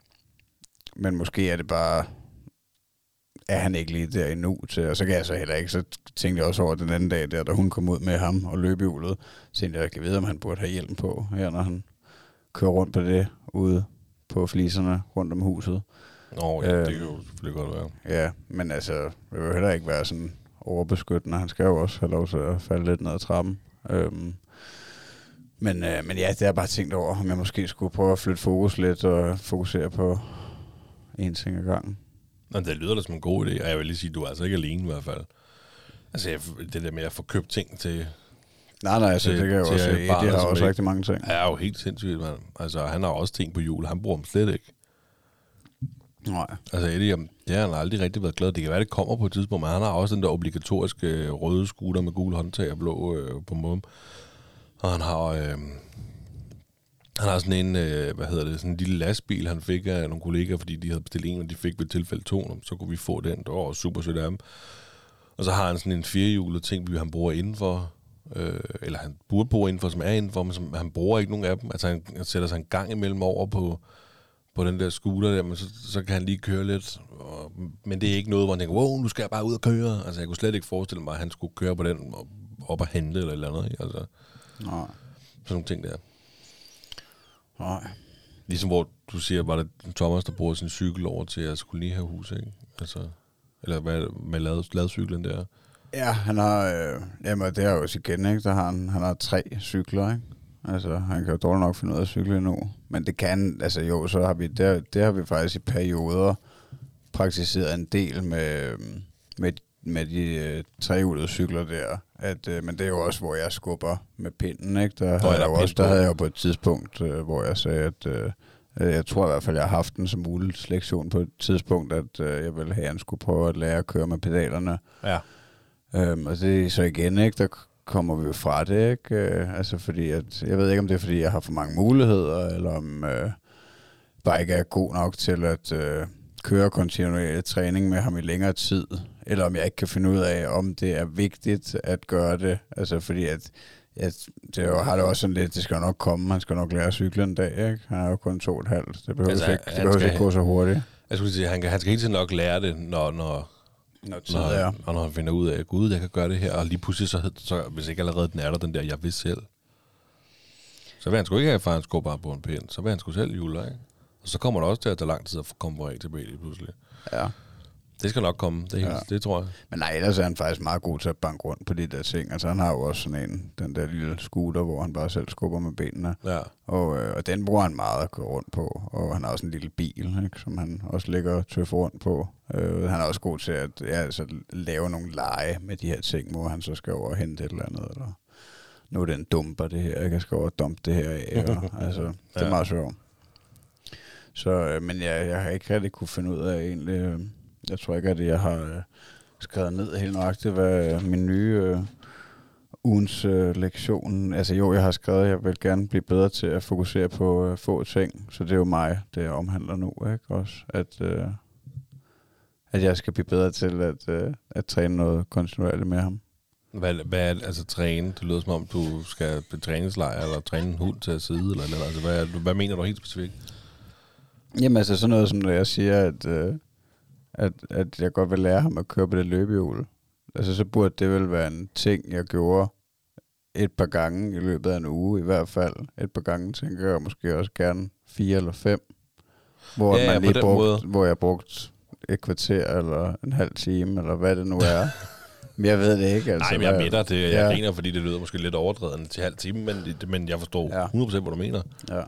men måske er det bare, er han ikke lige der endnu til, og så kan jeg så heller ikke, så tænkte jeg også over den anden dag, da hun kom ud med ham og løbehjulet, så tænkte jeg kan vide, om han burde have hjelm på her, når han kører rundt på det, ude på fliserne rundt om huset. Det kan jo selvfølgelig godt være. Ja, men altså, det vil jo heller ikke være sådan overbeskyttende, han skal jo også have lov til at falde lidt ned ad trappen. Men ja, det har jeg bare tænkt over, om jeg måske skulle prøve at flytte fokus lidt og fokusere på en ting ad gangen. Nå, det lyder da som en god idé, og jeg vil lige sige, du er altså ikke alene i hvert fald. Altså, det der med at få købt ting til... Nej, altså, det kan jeg jo også se. Det har også rigtig mange ting. Ja, er jo helt sindssygt, mand. Altså, han har også ting på jul, han bruger dem slet ikke. Nej. Altså, Eddie, det har han aldrig rigtig været glad. Det kan være, det kommer på et tidspunkt, men han har også den der obligatoriske røde scooter med gule håndtag og blå på måden. Og han har sådan en, sådan en lille lastbil, han fik af nogle kollegaer, fordi de havde bestilt en, og de fik ved tilfælde 2, så kunne vi få den. Det var super sødt af ham. Og så har han sådan en 4-hjulet ting, han bruger indenfor, eller han burde bruge indenfor, som er indenfor, men som, han bruger ikke nogen af dem. Altså han sætter sig en gang imellem over på den der scooter der, men så kan han lige køre lidt. Men det er ikke noget, hvor han tænker, wow, nu skal jeg bare ud og køre. Altså jeg kunne slet ikke forestille mig, at han skulle køre på den op og hente eller et eller andet. Ikke? Altså, nej. Sådan nogle ting der. Nej. Ligesom hvor du siger, var det Thomas, der bruger sin cykel over til at skulle lige have hus, ikke? Altså, eller hvad med ladcyklen der? Ja, han har, jamen det er jo også igen, ikke? Han har 3 cykler, ikke? Altså, han kan jo dårligt nok finde ud af at cykle nu. Men det kan, altså jo, så har vi, det har vi faktisk i perioder praktiseret en del med de 3-hjulede cykler der. Men det er jo også, hvor jeg skubber med pinden, ikke? Der havde jeg jo på et tidspunkt, hvor jeg sagde, at jeg tror i hvert fald, jeg har haft den som muligt lektion på et tidspunkt, at jeg ville have, at han skulle prøve at lære at køre med pedalerne. Ja. Og det er så igen, ikke? Der kommer vi jo fra det, ikke? Altså fordi, at jeg ved ikke, om det er, fordi jeg har for mange muligheder, eller om bare ikke er god nok til at køre kontinuerlig træning med ham i længere tid, eller om jeg ikke kan finde ud af, om det er vigtigt at gøre det. Altså fordi, at har det også sådan lidt, det skal jo nok komme, han skal nok lære at cykle en dag, ikke? Han er jo kun 2,5. Det behøver ikke gå så hurtigt. Jeg skulle sige, han skal hele tiden nok lære det, når han finder ud af, gud, jeg kan gøre det her, og lige pludselig så hvis ikke allerede den er der, den der, jeg vil selv, så vil han sgu ikke have, for han skubber bare på en pind, så vil han sgu selv jule, ikke? Og så kommer der også til at tage lang tid at komme fra A til B lige pludselig. Ja. Det skal nok komme, det tror jeg. Men nej, ellers er han faktisk meget god til at banke rundt på de der ting. Altså han har jo også sådan den der lille scooter, hvor han bare selv skubber med benene. Ja. Og den bruger han meget at gå rundt på. Og han har også en lille bil, ikke, som han også ligger og tøffer rundt på. Han er også god til at lave nogle lege med de her ting, hvor han så skal over og hente et eller andet. Eller nu er det en dumper det her, jeg skal over og dumpe det her af. Og, altså, det er meget sjovt. Så, men jeg har ikke rigtig kunne finde ud af egentlig... Jeg tror ikke, at jeg har skrevet ned helt nøjagtigt, hvad min nye ugens lektion... Altså jo, jeg har skrevet, at jeg vil gerne blive bedre til at fokusere på få ting. Så det er jo mig, det jeg omhandler nu, ikke? Også at jeg skal blive bedre til at træne noget kontinuerligt med ham. Hvad er altså træne? Det lyder som om, du skal på træningslejr, eller træne en hund til at sidde, eller altså, hvad mener du helt specifikt? Jamen altså sådan noget, som når jeg siger, at jeg godt vil lære ham at køre på det løbehjul. Altså så burde det vel være en ting, jeg gjorde et par gange i løbet af en uge, i hvert fald. Et par gange tænker jeg måske også gerne 4 eller 5. Hvor jeg brugt et kvarter eller en halv time, eller hvad det nu er. Men jeg ved det ikke. Altså, nej, men jeg er med dig. Jeg griner, fordi det lyder måske lidt overdrevet til halv time, men jeg forstår 100% hvad du mener. Ja.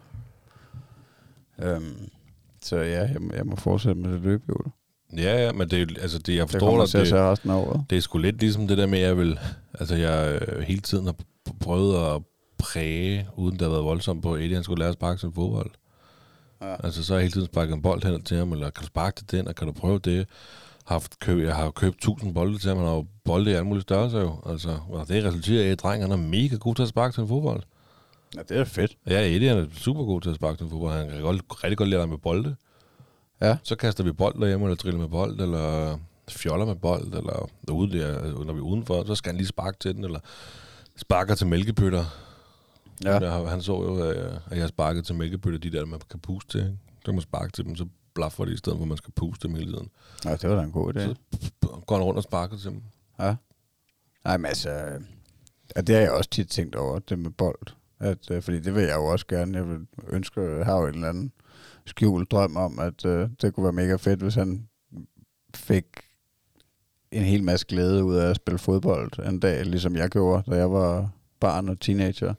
Så ja, jeg må fortsætte med det løbehjul. Ja, men det er altså det jeg forstår dig. Det er sgu lidt ligesom det der med jeg hele tiden har prøvet at præge uden det har været voldsomt på Eddie, han skulle lære at sparke sin fodbold. Ja. Altså så har jeg hele tiden sparket en bold hen til ham, eller kan du sparke til den, og kan du prøve det? Jeg har købt 1000 bolde til ham, han har jo bolde i alle mulige størrelser jo. Altså, og det resulterer i, at drengen er mega god til at sparke til en fodbold. Ja, det er fedt. Ja, Eddie er super god til at sparke til en fodbold. Han kan rigtig godt lide med bolde. Ja. Så kaster vi bold derhjemme, eller driller med bold, eller fjoller med bold, eller derude der, når vi er udenfor, så skal han lige sparke til den, eller sparker til mælkebøtter. Ja. Han så jo, at jeg sparkede til mælkebøtter, de der, man kan puste til. Så kan man sparke til dem, så blaffer de i stedet, hvor man skal puste dem hele tiden. Ja, det var da en god idé. Så går han rundt og sparker til dem. Ja. Nej, men altså, det har jeg også tit tænkt over, det med bold. Fordi det vil jeg jo også gerne. Jeg vil ønske, at jeg har jo en eller anden skjult drøm om, at det kunne være mega fedt, hvis han fik en hel masse glæde ud af at spille fodbold en dag, ligesom jeg gjorde, da jeg var barn og teenager.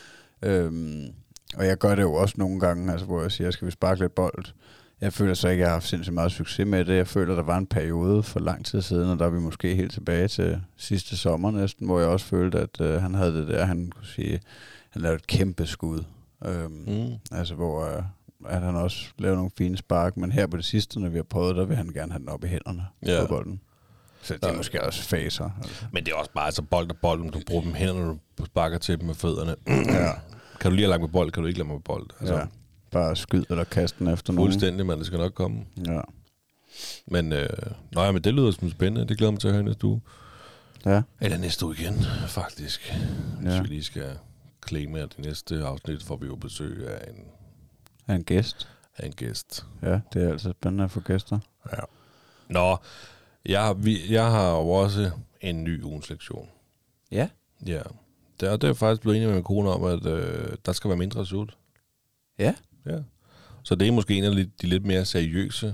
Og jeg gør det jo også nogle gange, altså, hvor jeg siger, skal vi sparke lidt bold? Jeg føler så ikke, at jeg har haft sindssygt meget succes med det. Jeg føler, at der var en periode for lang tid siden, og der er vi måske helt tilbage til sidste sommer næsten, hvor jeg også følte, at han havde det der, han kunne sige, han lavede et kæmpe skud. Altså, hvor at han også lavede nogle fine spark, men her på det sidste, når vi har prøvet, der vil han gerne have den op i hænderne på bolden. Så det er måske også faser. Altså. Men det er også bare altså bold og bold, om du bruger dem hænderne, når du sparker til dem med fødderne. Ja. Kan du lige have lagt med bold, kan du ikke lade med bold. Altså. Ja. Bare skyd eller kaste den efter nogen. Fuldstændig, men det skal nok komme. Ja. Men, men det lyder som spændende. Det glæder mig til at høre næste uge. Ja. Eller næste uge igen, faktisk. Hvis vi lige skal claime, at det næste afsnit får vi jo besøg af en gæst. Af en gæst. Ja, det er altid spændende at få gæster. Ja. Nå, jeg har jo også en ny ugens lektion. Ja? Ja. Det er faktisk blevet enig med min kone om, at der skal være mindre sult. Ja? Ja. Så det er måske en af de lidt mere seriøse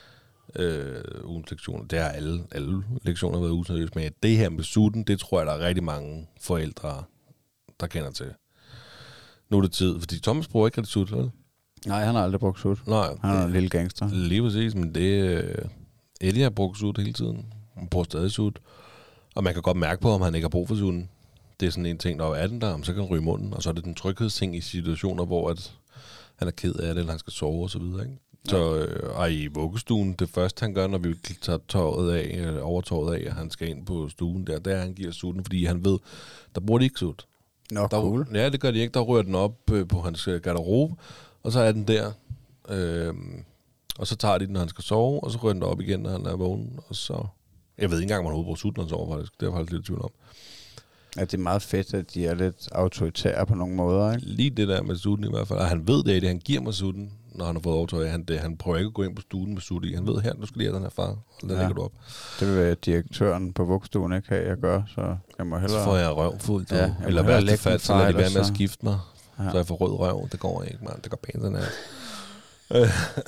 ugens lektioner. Det har alle lektioner været useriøse, men det her med sulten, det tror jeg, der er rigtig mange forældre, der kender til. Nu er det tid, fordi Thomas bruger ikke rigtig sult, vel? Nej, han har aldrig brugt sult. Nej. Han er en lille gangster. Lige præcis, men Eddie har brugt sult hele tiden. Han bruger stadig sult. Og man kan godt mærke på, om han ikke har brug for sulten. Det er sådan en ting, når er den der, så kan han ryge i munden. Og så er det den tryghedsting i situationer, hvor at han er ked af det, eller han skal sove og så videre, ikke? Så og i vuggestuen, det første han gør, når vi tager overtøjet af, og han skal ind på stuen der er, han giver sulten, fordi han ved, der bruger de ikke sult. Nå, cool. Ja, det gør de ikke. Der rører den op på hans garderobe, og så er den der. Og så tager de den, når han skal sove, og så rører den op igen, når han er vågen. Og så... Jeg ved ikke engang, om han overhovedet sulten, når han sover, faktisk. Det er jeg faktisk lidt tvivl om. Ja, det er meget fedt, at de er lidt autoritære på nogle måder, ikke? Lige det der med sutten i hvert fald. Og han ved det, at han giver mig sutten, når han har fået overtøj. Han prøver ikke at gå ind på stuen med sutten i. Han ved her, du skal lige have den her far, og den lægger du op. Det vil være direktøren på vuggestuen ikke have, jeg gør, så jeg må hellere... Så får jeg røv fuldt. Ja, eller værste fald, så lader de være med at skifte mig. Ja. Så jeg får rød røv. Det går ikke, mand. Det går pænt, den her.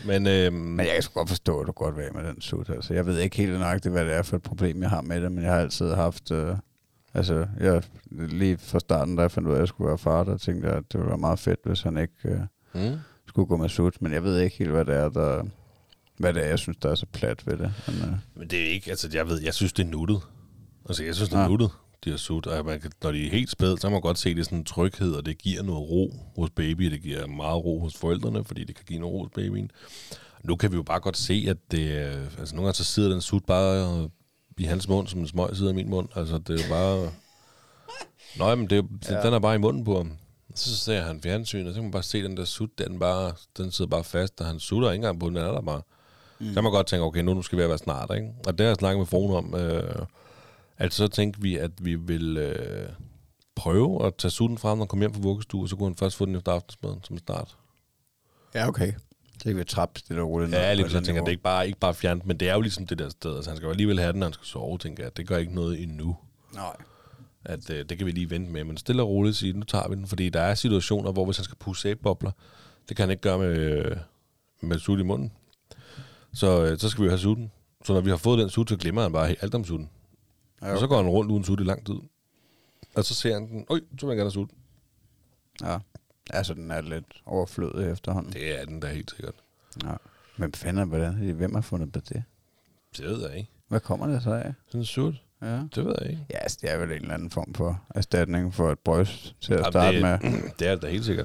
Men jeg kan sgu godt forstå, at du godt vil af med den sut. Altså, jeg ved ikke helt nøjagtigt, hvad det er for et problem, jeg har med det, men jeg har altid haft... jeg lige fra starten, da jeg fandt ud af, at jeg skulle være far, der tænkte jeg, at det ville være meget fedt, hvis han ikke skulle gå med sut. Men jeg ved ikke helt, hvad det er, jeg synes, der er så plat ved det. Men det er ikke... Altså, jeg synes, det er nuttet. Altså, jeg synes, det er nuttet, de har sut. Og når de er helt spæde, så kan man godt se, det er sådan en tryghed, og det giver noget ro hos baby. Det giver meget ro hos forældrene, fordi det kan give noget ro hos babyen. Nu kan vi jo bare godt se, at det... Altså, nogle gange så sidder den sut bare i hans mund, som en smøg sidder i min mund. Altså, det er jo bare... Nå, men den er bare i munden på ham. Så ser han fjernsyn, og så kan man bare se, den der sut, den sidder bare fast, og han sutter ikke engang på den, den er der bare. Så kan man godt tænke, okay, nu skal vi være snart, ikke? Og det har jeg snakket med fruen om, at så tænkte vi, at vi vil prøve at tage sutten frem, når han kommer hjem fra vuggestue, og så kunne han først få den efter aftensmaden som start. Ja, okay. Så kan vi trappe stille og roligt. Ja, lige så tænker jeg, det er ikke bare fjernt, men det er jo ligesom det der sted. Altså, han skal jo alligevel have den, når han skal sove, tænker jeg. Det gør ikke noget endnu. Nej. At det kan vi lige vente med, men stille og roligt sige, nu tager vi den, fordi der er situationer, hvor hvis han skal pusse sæbebobler, det kan han ikke gøre med sut i munden. Så skal vi jo have sutten. Så når vi har fået den sut, så glemmer han bare alt om sutten. Ja, okay. Og så går han rundt uden sut i lang tid. Og så ser han den, så vil jeg gerne have sut. Ja, altså den er lidt overflødig efterhånden. Det er den da helt sikkert. Ja. Men fanden, hvem har fundet på det? Det ved jeg ikke. Hvad kommer det så af? Sådan en sut? Ja. Det ved jeg ikke. Ja, altså, det er vel en eller anden form for erstatning for et bryst til at starte med. Det er da helt sikkert.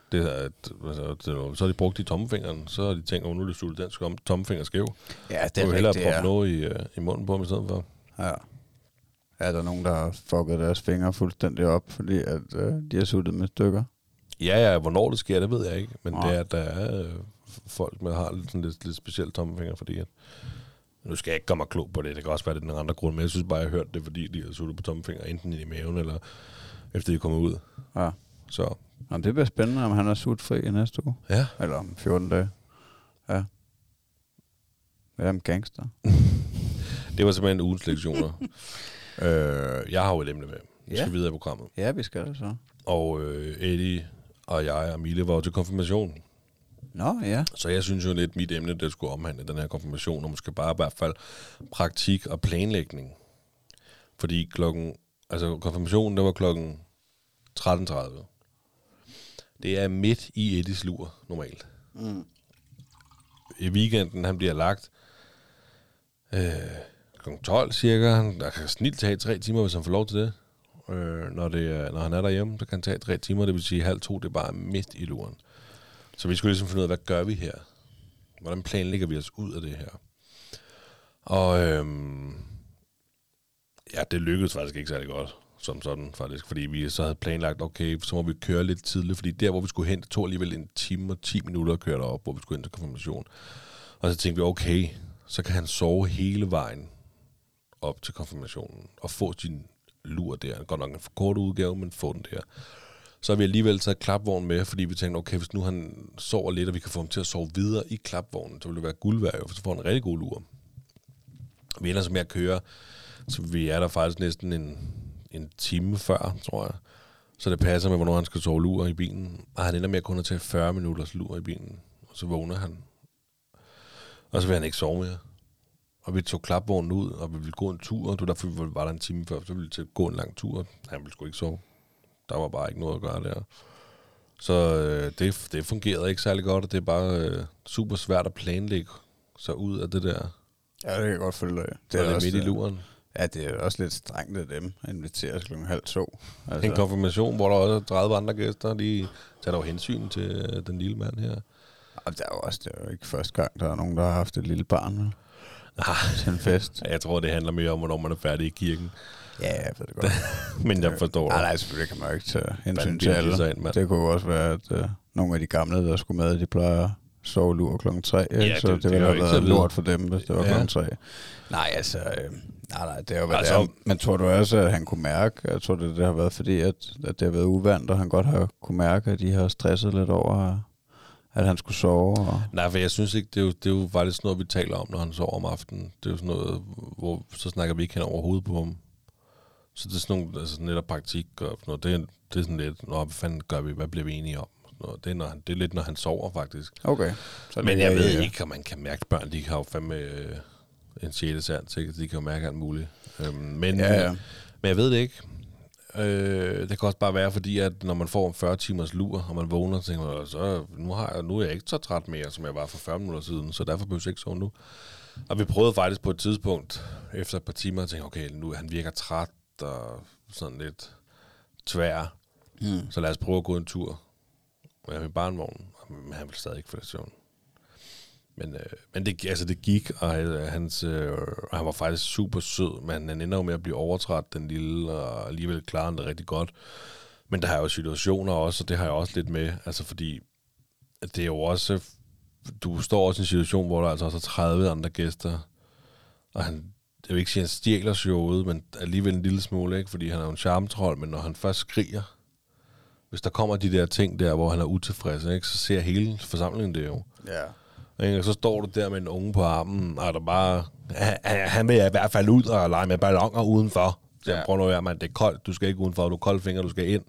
Så har de brugt i tommefingeren, så har de tænkt, nu er det sult dansk om tommefinger skæv. Ja, det er rigtigt. Hellere proppe noget i munden på ham i stedet for. Ja. Er der nogen, der har fucket deres fingre fuldstændig op, fordi at, de har suttet med stykker? Ja, hvornår det sker, det ved jeg ikke. Men det er, at der er folk, der har lidt specielt tommefinger, fordi at nu skal jeg ikke gøre mig klog på det. Det kan også være, det er den andre grund, men jeg synes bare, jeg har hørt det, fordi de har suttet på tommefinger, enten i maven, eller efter de kommer ud. Ja. Så. Jamen, det bliver spændende, om han er sutfri i næste uge. Ja. Eller om 14 dage. Ja. Hvad er en gangster? Det var simpelthen ugens lektioner. Jeg har jo et emne med. Vi skal videre i programmet. Ja, vi skal det så. Og Eddie og jeg og Mille var jo til konfirmation. Nå, ja. Så jeg synes jo lidt, mit emne, det skulle omhandle den her konfirmation, og måske bare i hvert fald praktik og planlægning. Fordi konfirmationen, der var klokken 13.30. Det er midt i Eddies lur, normalt. I weekenden, han bliver lagt klokken 12 cirka. Der kan snilt tage 3 timer, hvis han får lov til det. Når han er derhjemme, så kan han tage 3 timer, det vil sige 1:30, det er bare midt i luren. Så vi skulle ligesom finde ud af, hvad gør vi her? Hvordan planlægger vi os ud af det her? Og det lykkedes faktisk ikke særlig godt, som sådan faktisk, fordi vi så havde planlagt, okay, så må vi køre lidt tidligt, fordi der, hvor vi skulle hen, det tog alligevel 1 time og 10 minutter at køre derop, hvor vi skulle hen til konfirmation. Og så tænkte vi, okay, så kan han sove hele vejen op til konfirmationen, og få sin lur der. Godt nok en for kort udgave, men få den der. Så har vi alligevel taget klapvognen med, fordi vi tænkte, okay, hvis nu han sover lidt, og vi kan få ham til at sove videre i klapvognen, så vil det være guld værd, for så får han en rigtig god lur. Vi ender så med at køre, så vi er der faktisk næsten en time før, tror jeg. Så det passer med, hvornår han skal sove lur i bilen. Og han ender med at kun at tage 40 minutters lur i bilen. Og så vågner han. Og så vil han ikke sove mere. Og vi tog klapvognen ud, og vi ville gå en tur. Det var derfor, vi var der en time før, så ville vi gå en lang tur. Han ville sgu ikke sove. Der var bare ikke noget at gøre der. Så det fungerede ikke særlig godt, og det er bare super svært at planlægge sig ud af det der. Ja, det kan jeg godt følge af. Det er midt i luren. Ja, det er også lidt strengt af dem at invitere os 1:30. Altså. En konfirmation, hvor der også er 30 andre gæster, de tager dog hensyn til den lille mand her. Og det er jo ikke første gang, der er nogen, der har haft et lille barn til en fest. Jeg tror, det handler mere om, hvornår man er færdig i kirken. Ja, jeg ved det godt. Men jeg forstår det. Nej, selvfølgelig kan man jo ikke tage hensyn til alle. Det kunne jo også være, at nogle af de gamle, der skulle med, de plejer at sove lur klokken 3. Ja, så det ville have været lort for dem, hvis det var klokken 3. Nej, altså... Nej, det er jo, hvad det er. Men tror du også, at han kunne mærke, jeg tror, det har været fordi, at det har været uvant, og han godt har kunne mærke, at de har stresset lidt over, at han skulle sove? Og... Nej, for jeg synes ikke, det er jo faktisk noget, vi taler om, når han sover om aftenen. Det er jo sådan noget, hvor så snakker vi ikke hen over hovedet på ham. Så det er sådan nogle, altså netop praktik og sådan noget. Det er sådan lidt, hvad fanden gør vi? Hvad bliver vi enige om? sådan noget. Det er lidt, når han sover, faktisk. Okay. Så Men jeg ved ikke, om man kan mærke børn. De kan jo fandme en sjette sans, ikke? De kan jo mærke alt muligt. Men jeg ved det ikke. Det kan også bare være, fordi at når man får 40 timers lur, og man vågner, så tænker man, så nu er jeg ikke så træt mere, som jeg var for 40 minutter siden, så derfor behøver jeg ikke sove nu. Og vi prøvede faktisk på et tidspunkt, efter et par timer, at tænke, okay, nu han virker træt og sådan lidt tvær. Så lad os prøve at gå en tur. Og jeg med barnevognen, men han ville stadig ikke få det søvn. Men det gik, og han var faktisk super sød, men han ender jo med at blive overtræt, den lille, og alligevel klarer han det rigtig godt. Men der er jo situationer også, og det har jeg også lidt med, altså fordi det er jo også, du står også i en situation, hvor der altså også er 30 andre gæster, og han, jeg vil ikke sige, han stjæler showet, men alligevel en lille smule, ikke? Fordi han er jo en charmetrold, men når han først skriger, hvis der kommer de der ting der, hvor han er utilfreds, ikke? Så ser hele forsamlingen det jo. Ja. Og så står du der med en unge på armen, og der bare, han vil i hvert fald ud og lege med balloner udenfor. Så prøv nu at være, man, det er koldt, du skal ikke udenfor, du er kolde fingre, du skal ind.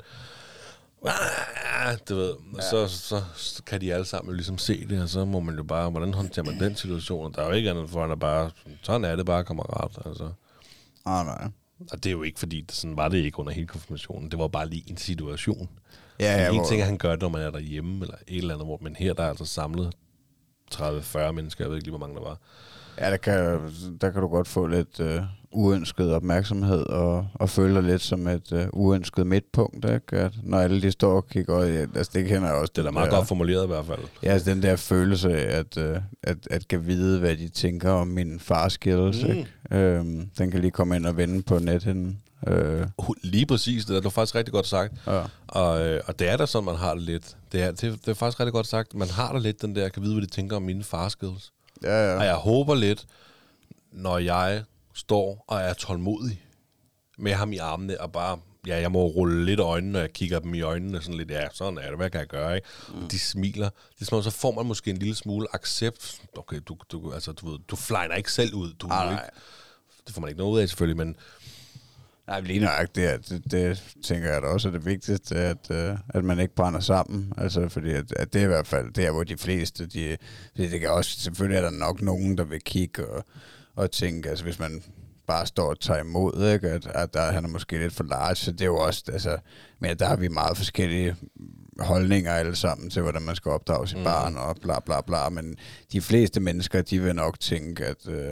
Du ved, så kan de alle sammen ligesom se det, og så må man jo bare, hvordan håndterer man den situation? Der er jo ikke andet for, han er bare, sådan er det bare, kammerat. Altså. Nej. Og det er jo ikke, fordi sådan var det ikke under hele konfirmationen. Det var bare lige en situation. Ja, en ting, han gør det, når man er derhjemme, eller et eller andet, men her der er altså samlet 30-40 mennesker, jeg ved ikke lige, hvor mange der var. Ja, der kan du godt få lidt uønsket opmærksomhed, og føle dig lidt som et uønsket midtpunkt, ikke? At når alle de står og kigger, altså det kender jeg også. Det er da meget godt formuleret i hvert fald. Ja, altså den der følelse af, at kan vide, hvad de tænker om min fars skills, ikke? Den kan lige komme ind og vende på nethinden. Lige præcis, det er faktisk rigtig godt sagt. Ja. Og det er da sådan, man har det lidt. Det er faktisk rigtig godt sagt. Man har da lidt den der, kan vide, hvad de tænker om mine fars skills. Ja. Og jeg håber lidt, når jeg står og er tålmodig med ham i armene, og bare, jeg må rulle lidt øjnene, når jeg kigger dem i øjnene, sådan lidt, sådan er det, hvad kan jeg gøre, ikke? De smiler. Så får man måske en lille smule accept. Okay, du flejner ikke selv ud. Det får man ikke noget ud af, selvfølgelig, men nej, lige nøjagtigt, det tænker jeg da også er det vigtigste, at man ikke brænder sammen. Altså, fordi at det er i hvert fald der, hvor de fleste, det kan også, selvfølgelig er der nok nogen, der vil kigge og tænke, altså hvis man bare står og tager imod, ikke, at han er måske lidt for large, så det er jo også, altså, men der har vi meget forskellige holdninger alle sammen til, hvordan man skal opdrage sit barn og bla bla bla, men de fleste mennesker, de vil nok tænke,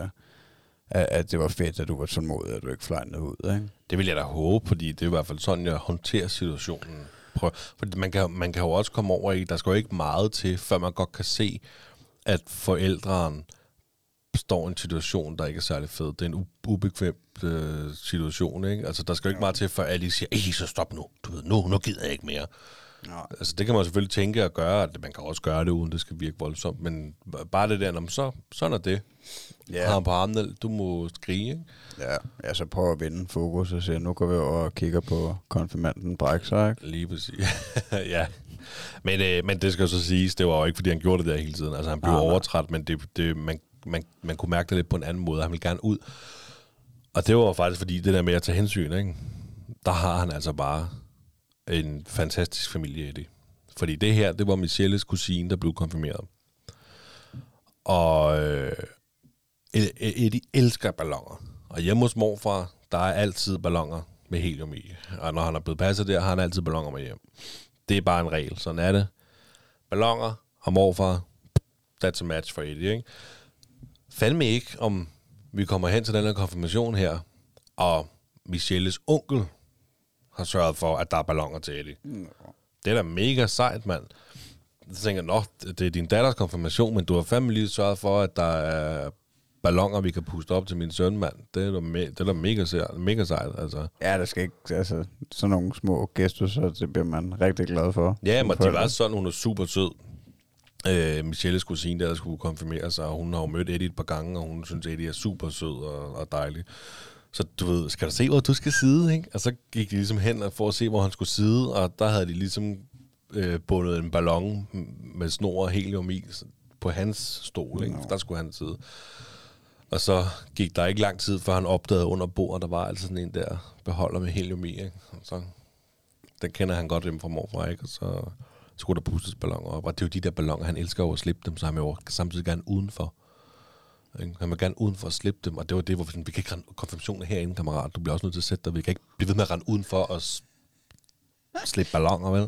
at det var fedt, at du var tålmodig, at du ikke flejnede ud, ikke? Det vil jeg da håbe, fordi det er i hvert fald sådan, jeg håndterer situationen. Fordi man kan jo også komme over i, der skal jo ikke meget til, før man godt kan se, at forældrene står i en situation, der ikke er særlig fed. Det er en ubekvem situation, ikke? Altså, der skal jo ikke meget til, før alle siger, så stop nu. Du ved, nu gider jeg ikke mere. Ja. Altså, det kan man selvfølgelig tænke og gøre, at man kan også gøre det, uden det skal virke voldsomt, men bare det der, sådan er det. Ja. Har han på armene, du må skrige, ikke? Ja, så prøv at vinde fokus og sige, nu går vi over og kigger på konfirmanden brække sig, ikke? Lige præcis. Ja. Men det skal så siges, det var jo ikke, fordi han gjorde det der hele tiden. Altså, han blev overtræt, men man kunne mærke det lidt på en anden måde. Han ville gerne ud. Og det var faktisk, fordi det der med at tage hensyn, ikke? Der har han altså bare en fantastisk familie i det. Fordi det her, det var Michelles kusine, der blev konfirmeret. Og Eddie elsker balloner. Og hjemme hos morfar, der er altid balloner med helium i. Og når han er blevet passet der, har han altid balloner med hjem. Det er bare en regel. Sådan er det. Balloner og morfar, that's a match for Eddie, ikke? Fandme ikke, om vi kommer hen til den her konfirmation her, og Michelles onkel har sørget for, at der er balloner til Eddie. Det er da mega sejt, mand. Jeg tænker, det er din datters konfirmation, men du har fandme lige sørget for, at der er balloner, vi kan puste op til min søn, mand. Det er da mega sejt, altså. Ja, der skal ikke, altså, sådan nogle små gæster, så det bliver man rigtig glad for. Ja, men det var sådan, hun er super sød. Michelles kusine, der skulle konfirmere sig, og hun har jo mødt Eddie et par gange, og hun synes, Eddie er super sød og dejlig. Så du ved, skal du se, hvor du skal sidde, ikke? Og så gik de ligesom hen for at se, hvor han skulle sidde, og der havde de ligesom bundet en ballon med snor og helium i på hans stol, ikke? Der skulle han sidde. Og så gik der ikke lang tid, før han opdagede under bordet, der var altså sådan en der beholder med helium i, ikke? Og så den kender han godt hjemme fra morfar, ikke? Og så så kunne der pustes balloner op. Og det er jo de der balloner, han elsker over at slippe dem, så han vil jo samtidig gerne udenfor. Han vil gerne udenfor at slippe dem, og det var det, hvor vi kan ikke rende konfirmationer herinde, kammerat. Du bliver også nødt til at sætte dig. Vi kan ikke blive ved med at rende udenfor og slippe balloner, vel?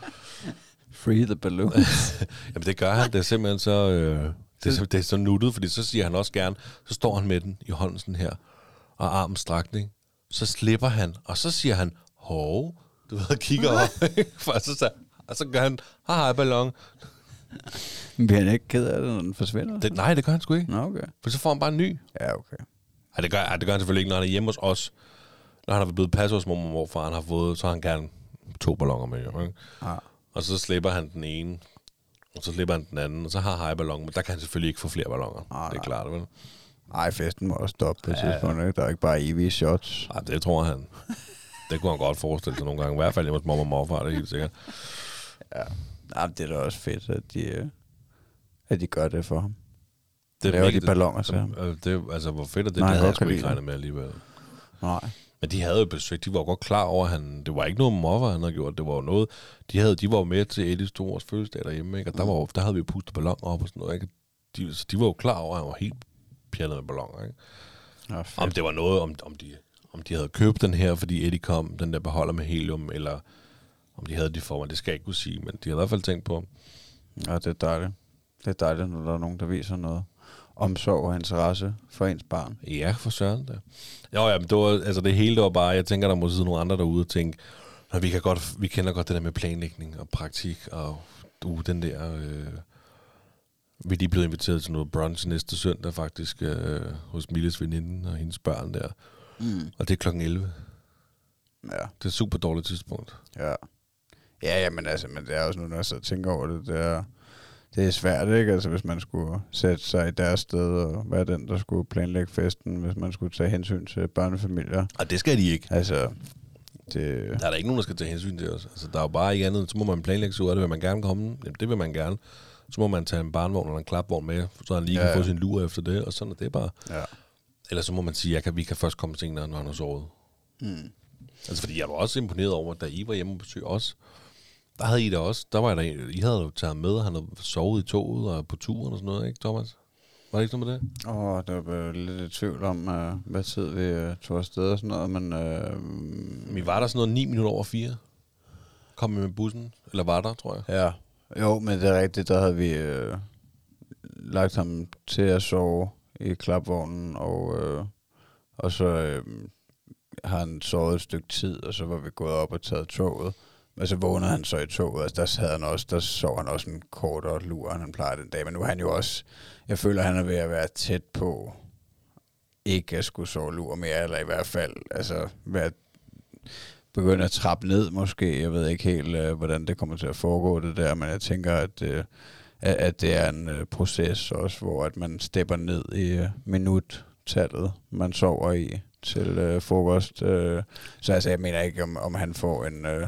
Free the balloon. Jamen det gør han. Det er simpelthen så... det er så nuttet, fordi så siger han også gerne, så står han med den i hånden sådan her, og armen strakt, ikke? Så slipper han, og så siger han, hov, du ved, og kigger op, ikke? Og så gør han, hej ballon. Bliver han ikke ked af det, når den forsvinder? Nej, det gør han sgu ikke. Nå, okay. For så får han bare en ny. Ja, okay. Ej, det gør han selvfølgelig ikke, når han er hjemme hos os. Når han har blevet passet hos mormor og morfar, han har fået, så har han gerne 2 balloner med, ikke? Ah. Og så slipper han den ene, og så slipper han den anden, og så har hej ballon, men der kan han selvfølgelig ikke få flere balloner. Det er klart, vel? Ej, festen må også stoppe på et tidspunkt, ikke? Der er ikke bare evige shots. Nej, det tror han. Det kunne han godt forestille sig nogle gange. I hvert fald hjemme hos mormor og morfar, det er helt sikkert. Ja. Jamen, det er da også fedt, at de gør det for ham. Det laver de balloner til ham. Altså, hvor fedt er det? Nej, det havde jeg sgu ikke ikke regnet med alligevel. Nej. Men de havde jo besøgt, de var godt klar over, at det var ikke noget morfar, han havde gjort. Det var jo noget, de var jo med til Eddies 2 års fødselsdag derhjemme, ikke? Og der havde vi jo pustet balloner op og sådan noget, ikke? De var jo klar over, at han var helt pjallet med balloner, ikke? Ja, om det var noget, om de havde købt den her, fordi Eddie kom, den der beholder med helium, eller om de havde det for mig, det skal jeg ikke kunne sige, men de havde i hvert fald tænkt på. Ja, det er dejligt. Det er dejligt, når der er nogen, der viser noget omsorg og interesse for ens barn. Ja, for søren da. Jo, ja, men det var, altså det hele der var bare, jeg tænker, der må sidde nogle andre derude og tænke, vi kender godt det der med planlægning og praktik, og den der, vi er lige blevet inviteret til noget brunch næste søndag faktisk, hos Milles veninde og hendes børn der. Og det er klokken 11. Ja. Det er et super dårligt tidspunkt. Ja. Ja, men det er også noget, når jeg så tænker over det, det er svært, ikke? Altså, hvis man skulle sætte sig i deres sted og være den, der skulle planlægge festen, hvis man skulle tage hensyn til børnefamilier. Og det skal de ikke. Altså, der er der ikke nogen, der skal tage hensyn til os. Altså, der er jo bare ikke andet. Så må man planlægge sig ud af det. Vil man gerne komme? Jamen, det vil man gerne. Så må man tage en barnevogn eller en klapvogn med, så han lige kan få sin lur efter det, og sådan er det bare. Ja. Eller så må man sige, vi kan først komme senere, når han har sovet. Altså, fordi jeg var også imponeret over, da I var hjemme og besøgte os. Der havde I da også. I havde jo taget med, og han havde sovet i toget og på turen og sådan noget, ikke, Thomas? Var det ikke noget med det? Der var lidt i tvivl om, hvad tid vi tog afsted og sådan noget, men... Vi var der sådan noget 9 minutter over 4. Kom vi med bussen? Eller var der, tror jeg? Ja. Jo, men det er rigtigt, der havde vi lagt ham til at sove i klapvognen, og så har han sovet et stykke tid, og så var vi gået op og taget toget. Men så vågnede han så i toget, altså der sov han også en kortere lur, end han plejer den dag. Men nu er han jo også, jeg føler, han er ved at være tæt på ikke at skulle sove lur mere, eller i hvert fald altså begynde at trappe ned måske. Jeg ved ikke helt, hvordan det kommer til at foregå det der, men jeg tænker, at det er en proces også, hvor at man stepper ned i minuttallet, man sover i til frokost. Så altså, jeg mener ikke, om han får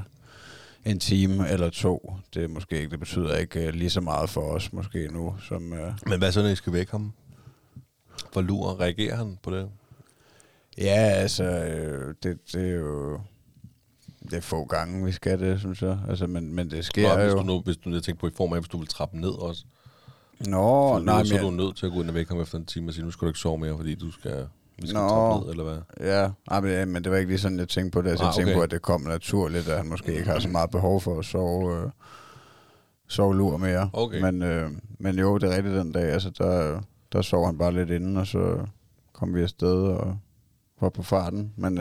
en time eller 2. Det er måske ikke, det betyder ikke lige så meget for os måske nu. Som, Men hvad så, når I skal væk ham? For lur, reagerer han på det? Ja, altså, det er jo... Det er få gange, vi skal det, synes jeg. Altså, men det sker jo... Hvis du tænker på i form af, hvis du vil trappe ned også. Nå, nej, så er du nødt til at gå ind og væk ham efter en time og sige, nu skal du ikke sove mere, fordi vi skal trappe ned, eller hvad? Ja, men det var ikke lige sådan, jeg tænkte på det. Altså, jeg tænkte på, at det kom naturligt, at han måske ikke har så meget behov for at sove lur mere. Okay. Men jo, det er rigtigt den dag. Altså, der sov han bare lidt inden, og så kom vi afsted og var på farten. Men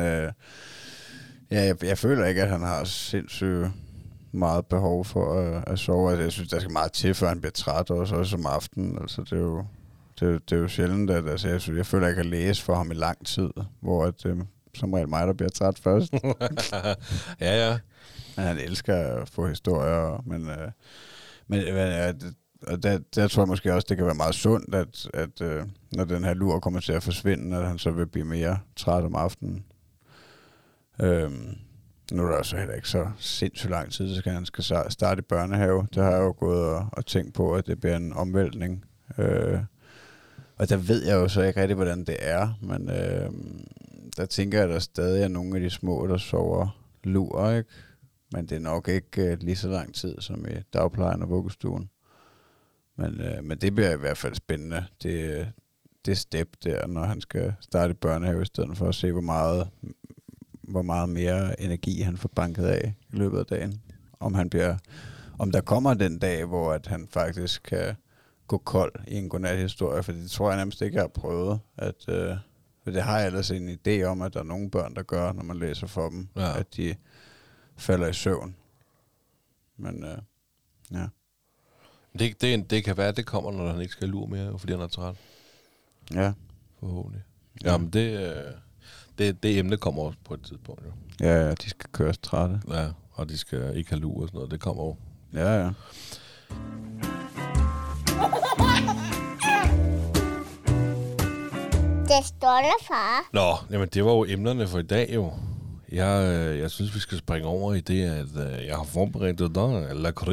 jeg føler ikke, at han har sindssygt meget behov for at sove. Altså, jeg synes, der skal meget til, før han bliver træt også om aftenen. Altså, det er jo sjældent, at altså, jeg føler ikke at læse for ham i lang tid, hvor at, som regel mig, der bliver træt først. Ja. Men han elsker at få historier, men der tror jeg måske også, det kan være meget sundt, at når den her lur kommer til at forsvinde, at han så vil blive mere træt om aftenen. Nu er der så heller ikke så sindssygt lang tid, så han skal starte i børnehave. Der har jeg jo gået og tænkt på, at det bliver en omvæltning. Og der ved jeg jo så ikke rigtig, hvordan det er, men der tænker jeg, at der stadig er nogle af de små, der sover lur, ikke? Men det er nok ikke lige så lang tid som i dagplejen og vuggestuen. Men det bliver i hvert fald spændende. Det step der, når han skal starte i børnehave, i stedet for at se, hvor meget mere energi han får banket af i løbet af dagen. Om der kommer den dag, hvor at han faktisk kan gå kold i en godnat-historie, for det tror jeg nærmest ikke, jeg har prøvet. For det har jeg ellers en idé om, at der er nogle børn, der gør, når man læser for dem, at de falder i søvn. Men ja. Det kan være, at det kommer, når han ikke skal lure mere, fordi han er træt. Ja. Forhåbentlig. Jamen, det emne kommer også på et tidspunkt, jo. Ja, de skal køres trætte. Ja, og de skal ikke have lure og sådan noget. Det kommer jo. Ja. Det stolte far. Nå, jamen det var jo emnerne for i dag, jo. Jeg synes, vi skal springe over i det, at jeg har forberedt det der.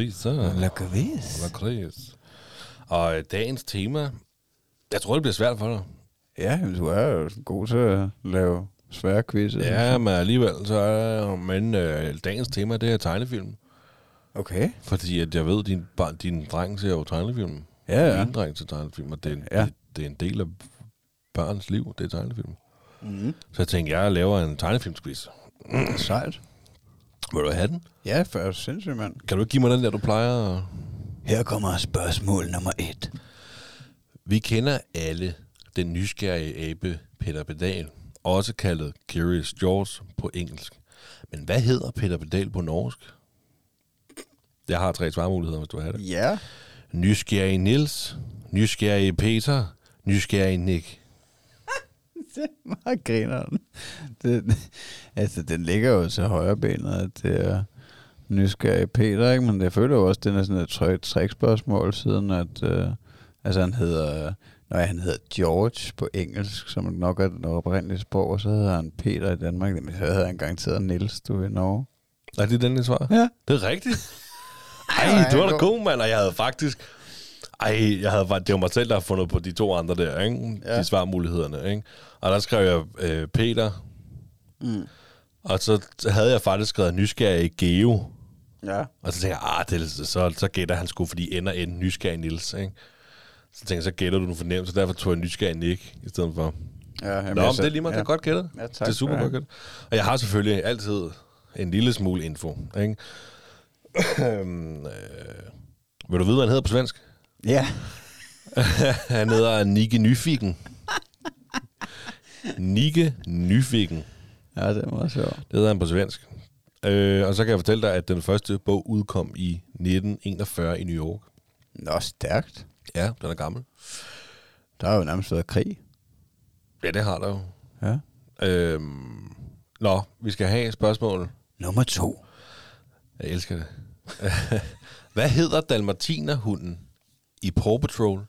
Lakrids. Og dagens tema, jeg tror, det bliver svært for dig. Ja, du er jo god til at lave svære quizzer. Ja, men alligevel, så er dagens tema, det er tegnefilm. Okay. Fordi at jeg ved, din dreng ser jo tegnefilm. Ja. Min dreng ser tegnefilm, og det er en del af børns liv, det er tegnefilm. Mm. Så jeg tænkte, jeg laver en tegnefilmsquiz. Sejt. Vil du have den? Ja, for sindssygt, mand. Kan du ikke give mig den der, du plejer? Her kommer spørgsmål nummer 1. Vi kender alle den nysgerrige abe Peter Pedal, også kaldet Curious George på engelsk. Men hvad hedder Peter Pedal på norsk? Jeg har 3 svarmuligheder, hvis du vil have det. Ja. Nysgerrig Nils, nysgerrig Peter, nysgerrig Nick. Det er meget grineren. Den ligger jo til højre benet, at det er nysgerrig Peter, ikke? Men jeg føler jo også, at den er sådan et trickspørgsmål, siden at han hedder George på engelsk, som nok er den oprindelige sprog, og så hedder han Peter i Danmark. Men så hedder han garanteret Niels, du i Norge. Er det den, svar? Ja. Det er rigtigt. Ej, du var da god, mand, og jeg havde faktisk... det var mig selv, der har fundet på de 2 andre der, ikke? Ja. De svarmulighederne, ikke? Og der skrev jeg Peter. Mm. Og så havde jeg faktisk skrevet nysgerrig Geo. Ja. Og så tænkte jeg, så gætter han sgu, fordi ender en nysgerrig Niels, ikke? Så tænkte jeg, så gætter du den fornemmelse, så derfor tog jeg nysgerrig Nick i stedet for. Ja, men det er lige meget, det er godt gættet. Ja, tak, det er super godt gættet. Og jeg har selvfølgelig altid en lille smule info, ikke? Vil du vide, hvad han hedder på svensk? Ja. Han hedder Nike Nyfiken. Nike Nyfiken. Ja, det er meget sjovt. Det hedder han på svensk. Og så kan jeg fortælle dig, at den første bog udkom i 1941 i New York. Nå, stærkt. Ja, den er gammel. Der har jo nærmest været krig. Ja, det har der jo. Ja. Vi skal have et spørgsmål. Nummer 2. Jeg elsker det. Hvad hedder dalmatinerhunden i Paw Patrol?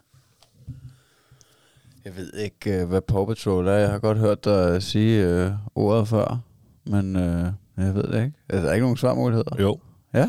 Jeg ved ikke, hvad Paw Patrol er. Jeg har godt hørt dig sige ordet før, men jeg ved det ikke. Er der ikke nogen svarmuligheder? Jo. Ja?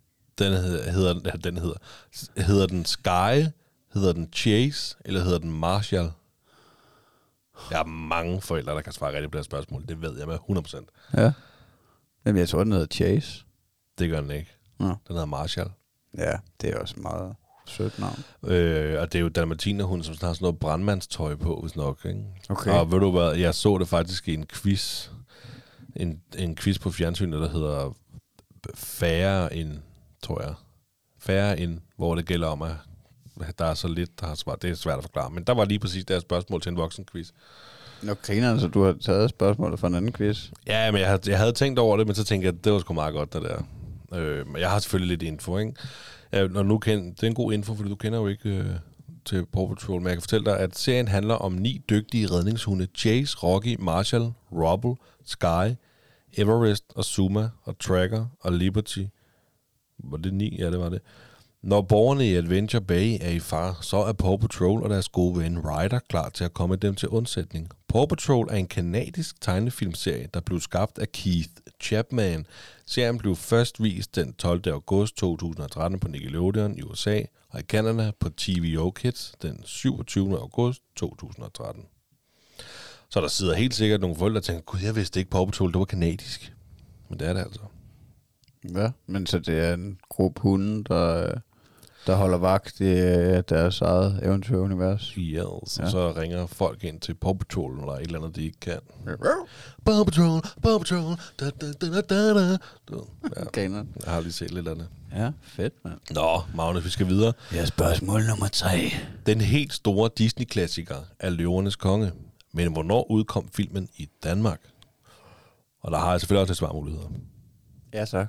Hedder den Sky, hedder den Chase, eller hedder den Marshall? Jeg har mange forældre, der kan svare rigtigt på det spørgsmål. Det ved jeg med 100%. Ja. Jamen, jeg tror, den hedder Chase. Det gør den ikke. Ja. Den hedder Marshall. Ja, det er også meget sødt navn. Og det er jo dalmatinerhund, som har sådan noget brandmandstøj på, hvis nok. Ikke? Okay. Og ved du hvad, jeg så det faktisk i en quiz. En quiz på fjernsynet, der hedder Færre end, tror jeg. Færre end, hvor det gælder om, at der er så lidt, der har svar. Det er svært at forklare. Men der var lige præcis deres spørgsmål til en voksenquiz. Nå, grineren, så du har taget spørgsmålet fra en anden quiz? Ja, men jeg havde tænkt over det, men så tænkte jeg, at det var sgu meget godt, det der. Men jeg har selvfølgelig lidt info, ikke? Det er en god info, fordi du kender jo ikke til Paw Patrol, men jeg kan fortælle dig, at serien handler om 9 dygtige redningshunde. Chase, Rocky, Marshall, Rubble, Sky, Everest og Zuma og Tracker og Liberty. Var det 9? Ja, det var det. Når borgerne i Adventure Bay er i fare, så er Paw Patrol og deres gode ven Ryder klar til at komme dem til undsætning. Paw Patrol er en kanadisk tegnefilmserie, der blev skabt af Keith Chapman. Serien blev først vist den 12. august 2013 på Nickelodeon i USA, og i Canada på TVO Kids den 27. august 2013. Så der sidder helt sikkert nogle forældre, der tænker, gud, jeg vidste ikke, Paw Patrol, det var kanadisk. Men det er det altså. Ja, men så det er en gruppe hunde, der holder vagt i deres eget eventyrunivers. Ja, så ringer folk ind til Paw Patrol, når der er et eller andet, de ikke kan. Paw Patrol, Paw Patrol, da da da da da. Ja, jeg har lige set lidt af det. Ja, fedt, mand. Nå, Magnus, vi skal videre. Ja, spørgsmål nummer 3. Den helt store Disney-klassiker er Løvernes Konge. Men hvornår udkom filmen i Danmark? Og der har jeg selvfølgelig også lidt svarmuligheder. Ja, så.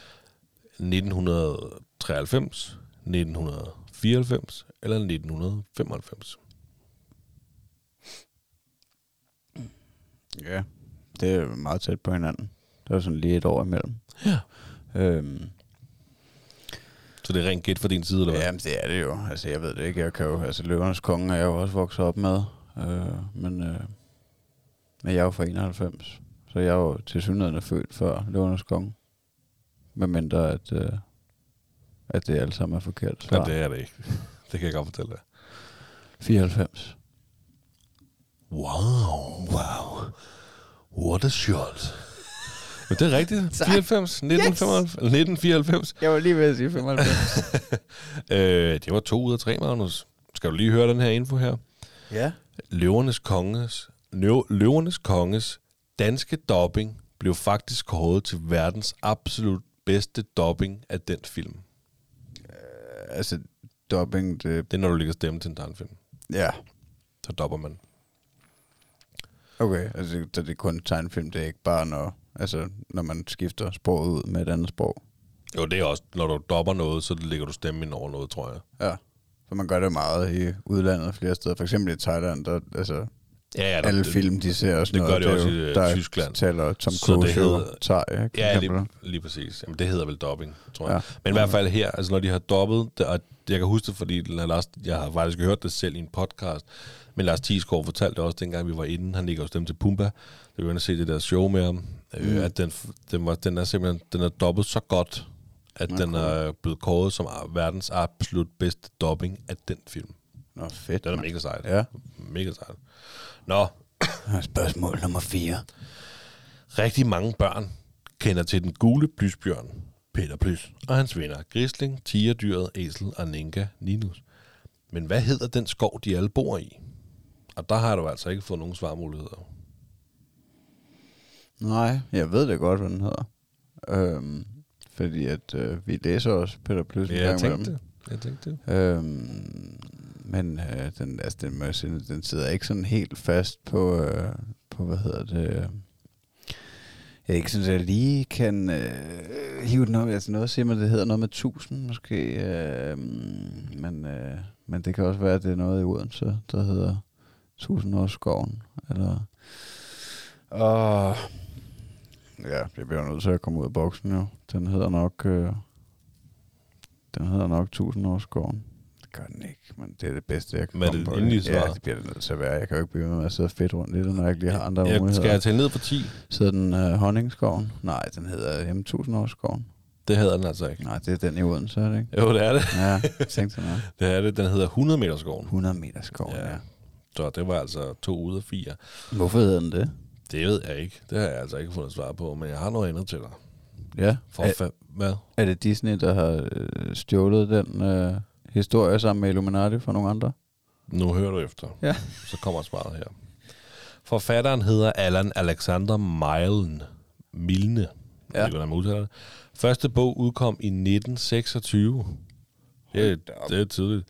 1993, 1994 eller 1995? Ja, det er meget tæt på hinanden. Der er sådan lige et år imellem. Ja. Så det er rent gæt fra din side, eller hvad? Jamen, det er det jo. Altså, jeg ved det ikke. Jeg kan jo, altså, Løvernes Konge er jeg jo også vokset op med. Men jeg er jo fra 91. Så jeg er jo tilsyneladende født før Løvernes Konge. Medmindre at det alle sammen er forkert. Ja, det er det ikke. Det kan jeg godt fortælle dig. 94. Wow. What a shot. Men det er rigtigt. 94, 1994. Jeg var lige ved at sige 95. Det var 2 ud af 3, Magnus. Skal du lige høre den her info her? Ja. Løvernes Konges danske dubbing blev faktisk kåret til verdens absolut bedste dubbing af den film. Altså, dubbing, det er, når du lægger stemme til en tegnefilm. Ja. Så dubber man. Okay, altså så det er kun tegnefilm, det er ikke bare når man skifter sproget ud med et andet sprog. Jo, det er også, når du dubber noget, så lægger du stemmen ind over noget, tror jeg. Ja, for man gør det meget i udlandet flere steder. For eksempel i Thailand, der alle film, de ser også det noget. Det gør det også i Tyskland. Taler Tom Cruise og Thai, ikke? Ja, lige præcis. Jamen, det hedder vel dubbing, tror jeg. Ja. Men i hvert fald her, altså når de har dubbet, og jeg kan huske det, fordi jeg har faktisk hørt det selv i en podcast, men Lars Thiesgaard fortalte det også, dengang vi var inde, han ligger jo stemme til Pumba, det var at se det der show med ham, at den er simpelthen, den er dubbet så godt, at den er blevet kåret som verdens absolut bedste dubbing af den film. Nå, fedt. Det er mega sejt. Ja. Mega sejt. Nå. Spørgsmål nummer 4. Rigtig mange børn kender til den gule plysbjørn, Peter Plys, og hans venner, Grisling, Tigerdyret, Æsel og Ninka Ninus. Men hvad hedder den skov, de alle bor i? Og der har du altså ikke fået nogen svarmuligheder. Nej, jeg ved det godt, hvad den hedder. Fordi at vi læser også Peter Plys en gang imellem. Jeg tænkte det. Men den sidder ikke sådan helt fast på hvad hedder det... Jeg ikke synes, jeg lige kan hive den op. Altså noget siger man, det hedder noget med 1000 måske. Men det kan også være, at det er noget i Odense, der hedder 1000-årsskoven. Eller... ja, jeg bliver nødt til at komme ud af boksen jo. Den hedder nok 1000-årsskoven. Det gør den ikke, men det er det bedste, jeg kan komme på. Ja, det bliver det nødt til at være. Jeg kan jo ikke blive med at sidde fedt rundt i det, når jeg ikke lige har andre muligheder. Skal jeg tælle ned på 10? Så den Honningskoven? Nej, den hedder 1000-årsskoven. Det hedder den altså ikke. Nej, det er den i Odense, er det ikke? Jo, det er det. Ja, tænkte jeg nok. Det er det. Den hedder 100-meterskoven. 100-meterskoven, ja. Så det var altså 2 ud af 4. Hvorfor hedder den det? Det ved jeg ikke. Det har jeg altså ikke fundet svar på, men jeg har noget andet til dig. Ja. Hvad? Er det Disney, der har stjålet den historie sammen med Illuminati for nogle andre? Nu hører du efter. Ja. Så kommer svaret her. Forfatteren hedder Allan Alexander Milne. Ja. Det. Første bog udkom i 1926. Det er tydeligt.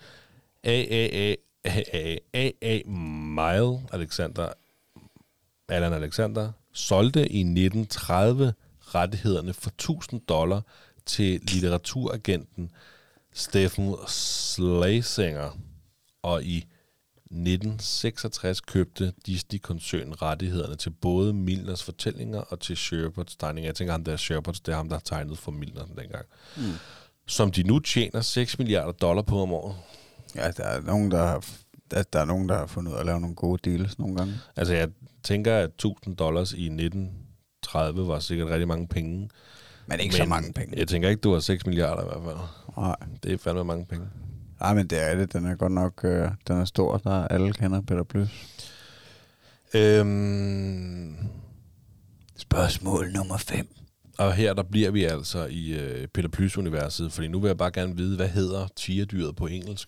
Allan Alexander solgte i 1930 rettighederne for $1,000 til litteraturagenten Stephen Schlesinger, og i 1966 købte Disney-koncernen rettighederne til både Milners fortællinger og til Sherpards tegninger. Jeg tænker, ham der Sherpards, det er ham, der har tegnet for Milner dengang. Som de nu tjener $6 milliarder på om året. Ja, der er nogen, der har fundet ud af at lave nogle gode deals nogle gange. Altså, jeg tænker, at $1,000 i 1930 var sikkert rigtig mange penge. Men ikke så mange penge. Jeg tænker ikke, du har 6 milliarder i hvert fald. Nej. Det er fandme mange penge. Nej, men det er det. Den er godt nok den er stor, der alle kender Peter Plys. Spørgsmål Spørgsmål nummer 5. Og her, der bliver vi altså i Peter Plys-universet, fordi nu vil jeg bare gerne vide, hvad hedder tigerdyret på engelsk?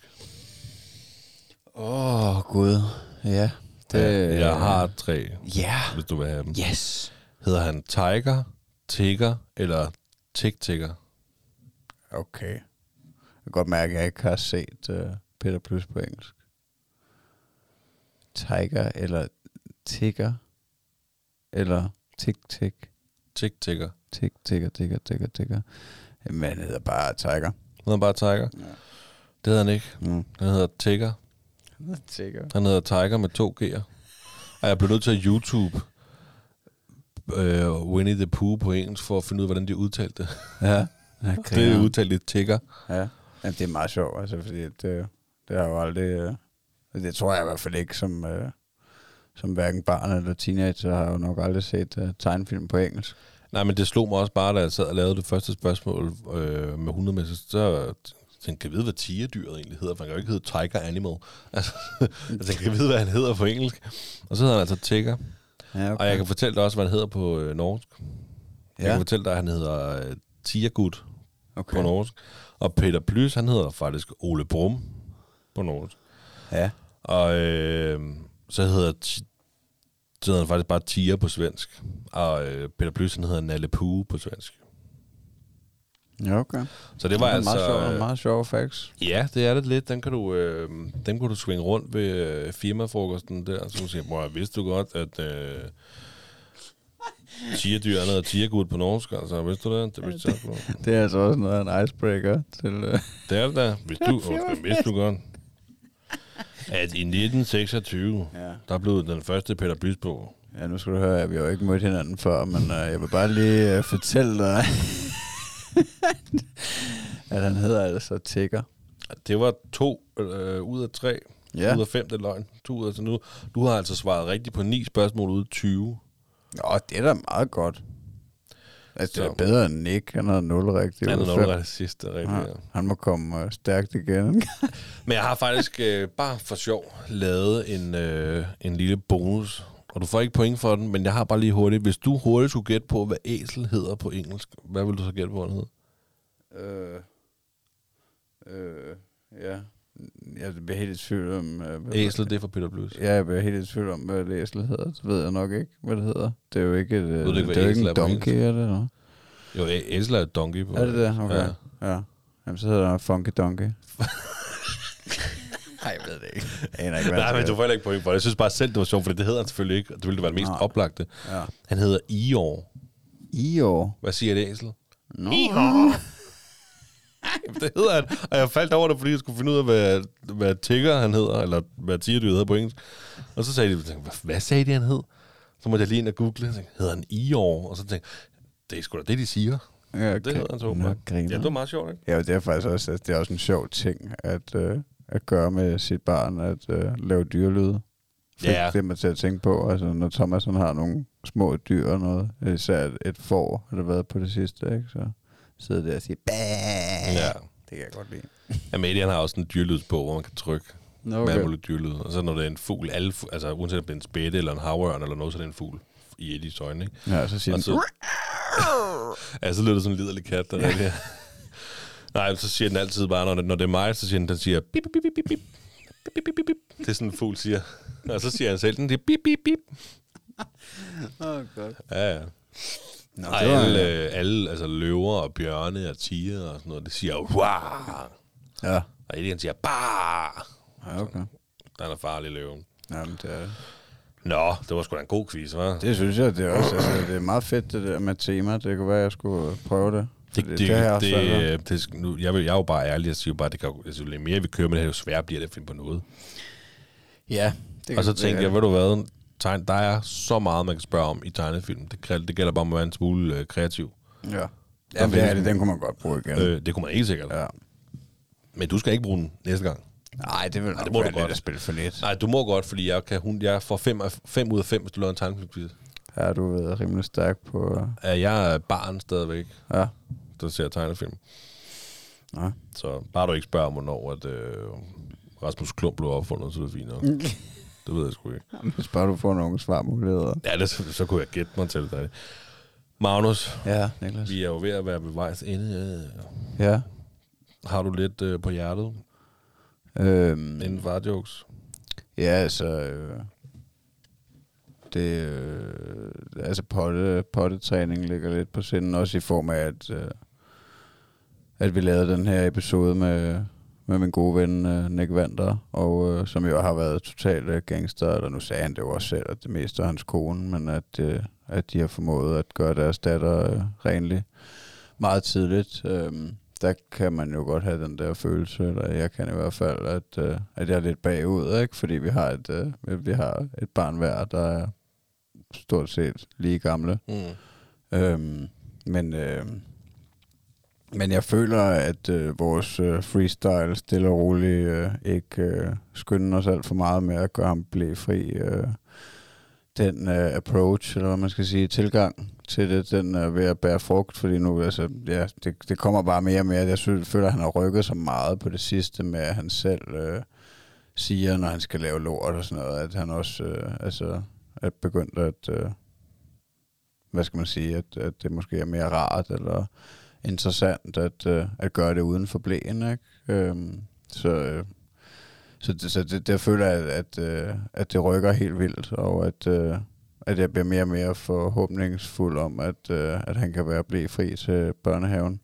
Gud. Ja. Jeg har 3, hvis du vil have dem. Yes. Hedder han Tiger, Tigger eller Tig-Tigger? Okay. Jeg kan godt mærke, at jeg ikke har set Peter Plys på engelsk. Tiger eller Tigger eller Tig-Tig. Tig-Tigger. Tig-Tigger. Men han hedder bare Tiger. Han hedder bare Tiger? Ja. Det hedder han ikke. Han hedder Tigger. Han hedder Tiger med 2 G'er. Og jeg blev nødt til at YouTube Winnie the Pooh på engelsk, for at finde ud af, hvordan de udtalte det. Ja. Det er udtalt lidt Tigger. Ja. Jamen, det er meget sjovt, altså, fordi det har jo aldrig... det tror jeg i hvert fald ikke, som hverken barn eller teenager har jo nok aldrig set tegnefilm på engelsk. Nej, men det slog mig også bare, da jeg sad og lavede det første spørgsmål med 100 meter, så tænkte jeg, vide, hvad tigerdyret egentlig hedder, for han kan jo ikke hedde Tiger Animal. Altså, jeg tænkte, jeg vide, hvad han hedder på engelsk. Og så hedder han altså Tigger. Ja, okay. Og jeg kan fortælle dig også, hvad han hedder på norsk. Jeg kan fortælle dig, at han hedder Tigergut på norsk. Og Peter Plys, han hedder faktisk Ole Brumm på norsk. Ja. Og så hedder han faktisk bare Tiger på svensk. Og Peter Plys, han hedder Nalle Puh på svensk. Ja, okay. Så det var altså... Meget sjov facts. Ja, det er det lidt. Den kan du svinge rundt ved firmafrokosten der. Så du siger, vidste du godt, at tigerdyr er noget tigergut på norsk? Altså, vidste du det? Det er altså også noget af en icebreaker til... Det er det da. Vidste du godt, at i 1926, der blev den første Peter Plys på. Ja, nu skal du høre, at vi har jo ikke mødt hinanden før, men jeg vil bare lige fortælle dig, at han hedder altså Tigger. Det var 2 ud af 3. Ja. Ud af 5, det er løgn. 2 ud af 3 nu. Du har altså svaret rigtigt på 9 spørgsmål ud af 20. Nå, det er da meget godt. Altså, det er bedre end Nick. Han har 0 rigtigt. Han har 0 rigtigt sidste rigtigt, ja. Han må komme stærkt igen. Men jeg har faktisk bare for sjov lavet en lille bonus. Og du får ikke point for den, men jeg har bare lige hurtigt. Hvis du hurtigt skulle gætte på, hvad æsel hedder på engelsk, hvad vil du så gætte på, hvad den hedder? Ja. Jeg bliver helt i tvivl om... æsel, det er for Peter Plys. Ja, jeg bliver helt i tvivl om, hvad det æsel hedder. Det ved jeg nok ikke, hvad det hedder. Det er jo ikke et... Ved du ikke, det er jo ikke en donkey, er det, eller? Jo, æsel er et donkey på. Er det det? Okay. Ja. Jamen, så hedder det Funky Donkey. Nej, jeg ved det ikke. Nej, men du får heller ikke point for det. Jeg synes bare selv, det var sjovt, for det hedder han selvfølgelig ikke. Det ville det være det mest oplagte. Ja. Han hedder Eeyore. Eeyore? Hvad siger det, æsel? Eeyore! Det hedder han. Og jeg faldt over det, fordi jeg skulle finde ud af, hvad Tigger han hedder, eller hvad tigerdyr hedder på engelsk. Og så sagde de, hvad sagde de, han hed? Så måtte jeg lige ind og google. Jeg tænkte, hedder han Eeyore? Og så tænkte jeg, det er sgu da det, de siger. Ja, det hedder han så åbenbart. Ja, det var meget sjovt, ikke? Ja, det er faktisk også, det er også en sjov ting, at gøre med sit barn, at lave dyrelyde. Ja. Det er man til at tænke på, altså når Thomas har nogle små dyr og noget, især et får, har det været på det sidste, ikke? Så sidder der og siger, bæh. Ja. Det kan jeg godt lide. Ja, Median har også en dyrlydsbog, hvor man kan trykke med alle mulige dyrlyd. Og så når det er en fugl, altså uanset om det er en spætte eller en havørn eller noget, så er det en fugl i Eddies øjne, ikke? Ja, så siger den... Ja, så lyder det sådan en liderlig kat, der er det. Nej, så siger den altid bare, når det er mig, så siger den siger bip, bip, bip, bip, bip, bip, bip, bip. Det er sådan en fugl siger. Og så siger han selv, den siger bip, bip, bip. Godt. Ja. Nå, alle altså løver og bjørne og tiger og sådan noget, det siger wow. Ja. Og Eddie siger bah. Ja, okay. Den er farlig, løven. Jamen, det er det. Nå, det var sgu da en god quiz, hva'? Det synes jeg, det er også. Altså, det er meget fedt, det der med tema. Det kunne være, at jeg skulle prøve det. Jeg er jo bare ærlig og siger bare, det kan jo mere vi kører med det, jo sværere bliver det at finde på noget. Ja. Og så tænkte jeg, ved du hvad, der er så meget, man kan spørge om i tegnefilm. Det gælder bare om at være en smule kreativ. Ja. Jamen, den kunne man godt bruge igen. Det kunne man helt sikkert. Ja. Men du skal ikke bruge den næste gang. Nej, det vil nok være lidt at spille for lidt. Nej, du må godt, fordi jeg får 5 ud af 5, hvis du laver en tegnefilmquiz. Ja, du er rimelig stærk på... Ja, jeg er barn stadigvæk. Ja. Der ser tegnefilm. Ja. Så bare du ikke spørger om, hvornår at Rasmus Klump blev opfundet, så er det fint nok. Det ved jeg sgu ikke. Hvis bare du får nogle svarmuligheder. Ja, så kunne jeg gætte mig til det. Magnus, Ja, Niklas. vi er jo ved at være ved vejs ende. Ja. Har du lidt på hjertet inden farjokes? Ja, altså... altså pottetræning ligger lidt på sinden, også i form af, at vi lavede den her episode med min gode ven Nick Vander, og som jo har været totalt gangster, eller nu sagde han det jo også selv, at det meste er hans kone, men at de har formået at gøre deres datter renlig meget tidligt. Der kan man jo godt have den der følelse, eller jeg kan i hvert fald, at jeg er lidt bagud, ikke? Fordi vi har et barn hver, der er stort set lige gamle. Men jeg føler, at vores freestyle stille og roligt ikke skynder os alt for meget med at gøre ham blæfri. Den approach, eller hvad man skal sige, tilgang til det, den er ved at bære frugt, fordi nu, altså, ja, det kommer bare mere og mere. Jeg føler, at han har rykket så meget på det sidste med, at han selv siger, når han skal lave lort og sådan noget, at han også er begyndt at, hvad skal man sige, at det måske er mere rart, eller interessant at gøre det uden for blæen, ikke? Så det føler jeg, at det rykker helt vildt, og at jeg bliver mere og mere forhåbningsfuld om, at han kan være blæfri til børnehaven.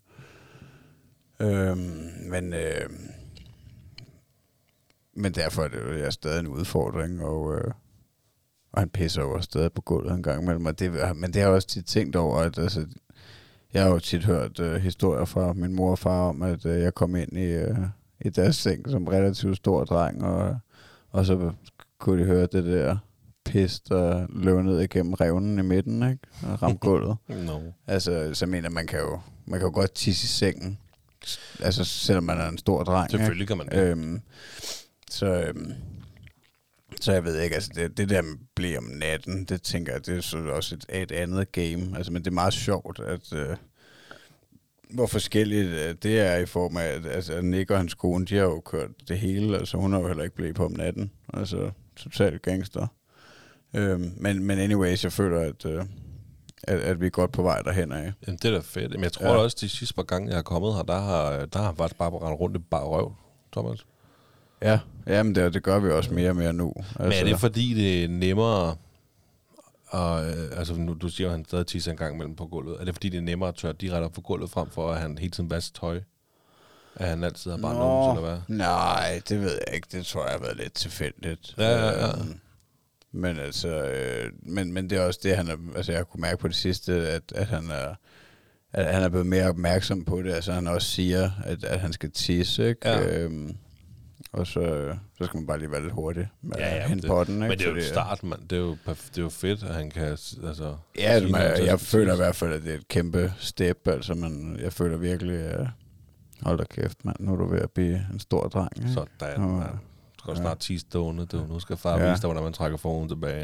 Men derfor er det jo stadig en udfordring, og han pisser jo også stadig på gulvet en gang imellem. Men det har jeg også tit tænkt over, at altså, jeg har jo tit hørt historier fra min mor og far om, at jeg kom ind i deres seng som relativt stor dreng, og så kunne de høre det der pis, der løb ned igennem revnen i midten, ikke? Og ramte gulvet. No. Altså, så mener man kan jo godt tisse i sengen, altså selvom man er en stor dreng. Selvfølgelig kan man det. Så jeg ved ikke, altså det der med blæ om natten, det tænker jeg, det er så også et andet game. Altså, men det er meget sjovt, at hvor forskelligt det er i form af, at altså, Nick og hans kone, de har jo kørt det hele, altså hun har jo heller ikke blæ på om natten. Altså, totalt gangster. Men anyways, jeg føler, at vi er godt på vej derhen af. Jamen, det er da fedt. Men jeg tror også, de sidste par gange, jeg har kommet her, der har faktisk bare rendt rundt i bare røv, Thomas. Ja, men det gør vi også mere og mere nu. Altså. Men er det fordi, det er nemmere, altså nu, du siger jo, at han stadig tisser en gang mellem på gulvet. Er det fordi, det er nemmere at tørre direkte op på gulvet, frem for at han hele tiden vasker tøj? At han altid har bare nogen, eller hvad? Nej, det ved jeg ikke. Det tror jeg har været lidt tilfældigt. Ja. Men altså, men det er også det, han er, altså jeg kunne mærke på det sidste, at han er blevet mere opmærksom på det. Altså han også siger, at han skal tisse, ikke? Ja. Og så skal man bare lige være lidt hurtig med hente på den, ikke? Men det er jo start, mand. Det er jo fedt, at han kan, altså... Ja, jeg føler i hvert fald, at det er et kæmpe step, altså, men jeg føler virkelig, hold da kæft, mand, nu er du ved at blive en stor dreng, ikke? Sådan, mand. Du skal snart tisse stående, du. Nu skal far vise dig, hvordan man trækker forhuden tilbage.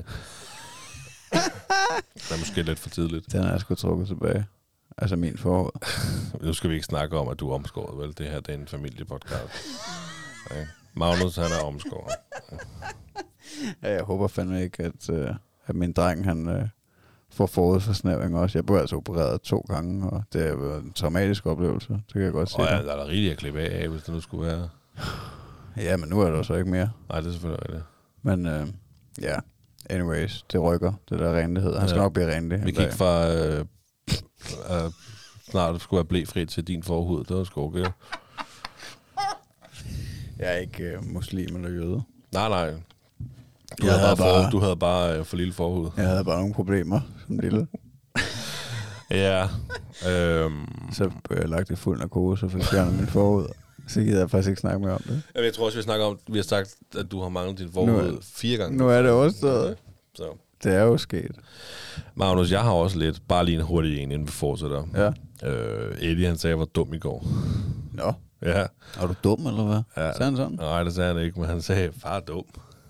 Det er måske lidt for tidligt. Den er sgu trukket tilbage. Altså min forhoved. Nu skal vi ikke snakke om, at du er omskåret, vel? Det her, det er en familiepodcast. Okay. Magnus, han er omskåret. Ja, jeg håber fandme ikke, at min dreng, han får forudforsnævring også. Jeg blev altså opereret 2 gange, og det har været en traumatisk oplevelse. Det kan jeg godt se. Og ja, der er rigeligt at klippe af, hvis det nu skulle være. Ja, men nu er der så ikke mere. Nej, det er selvfølgelig rigtigt. Men ja, anyways, det rykker, det der renlighed. Han skal nok blive renlig. Vi gik fra snart skulle være blæfri til din forhud. Det var sgu okay. Jeg er ikke muslim eller jøde. Nej. Du havde bare for lille forhud. Jeg havde bare nogle problemer som lille. Ja. Så blev jeg lagt i fuld narkose og fik fjernet min forhud. Så gider jeg faktisk ikke snakke mere om det. Jeg tror også, vi har sagt, at du har manglet din forhud 4 gange. Nu er det overstået. Så. Det er jo sket. Magnus, jeg har også lidt, bare lige en hurtig en, inden vi fortsætter. Ja. Eddie, han sagde, at jeg var dum i går. Nå. Ja. Er du dum, eller hvad? Ja. Sagde han sådan? Nej, det sagde han ikke, men han sagde, far er dum.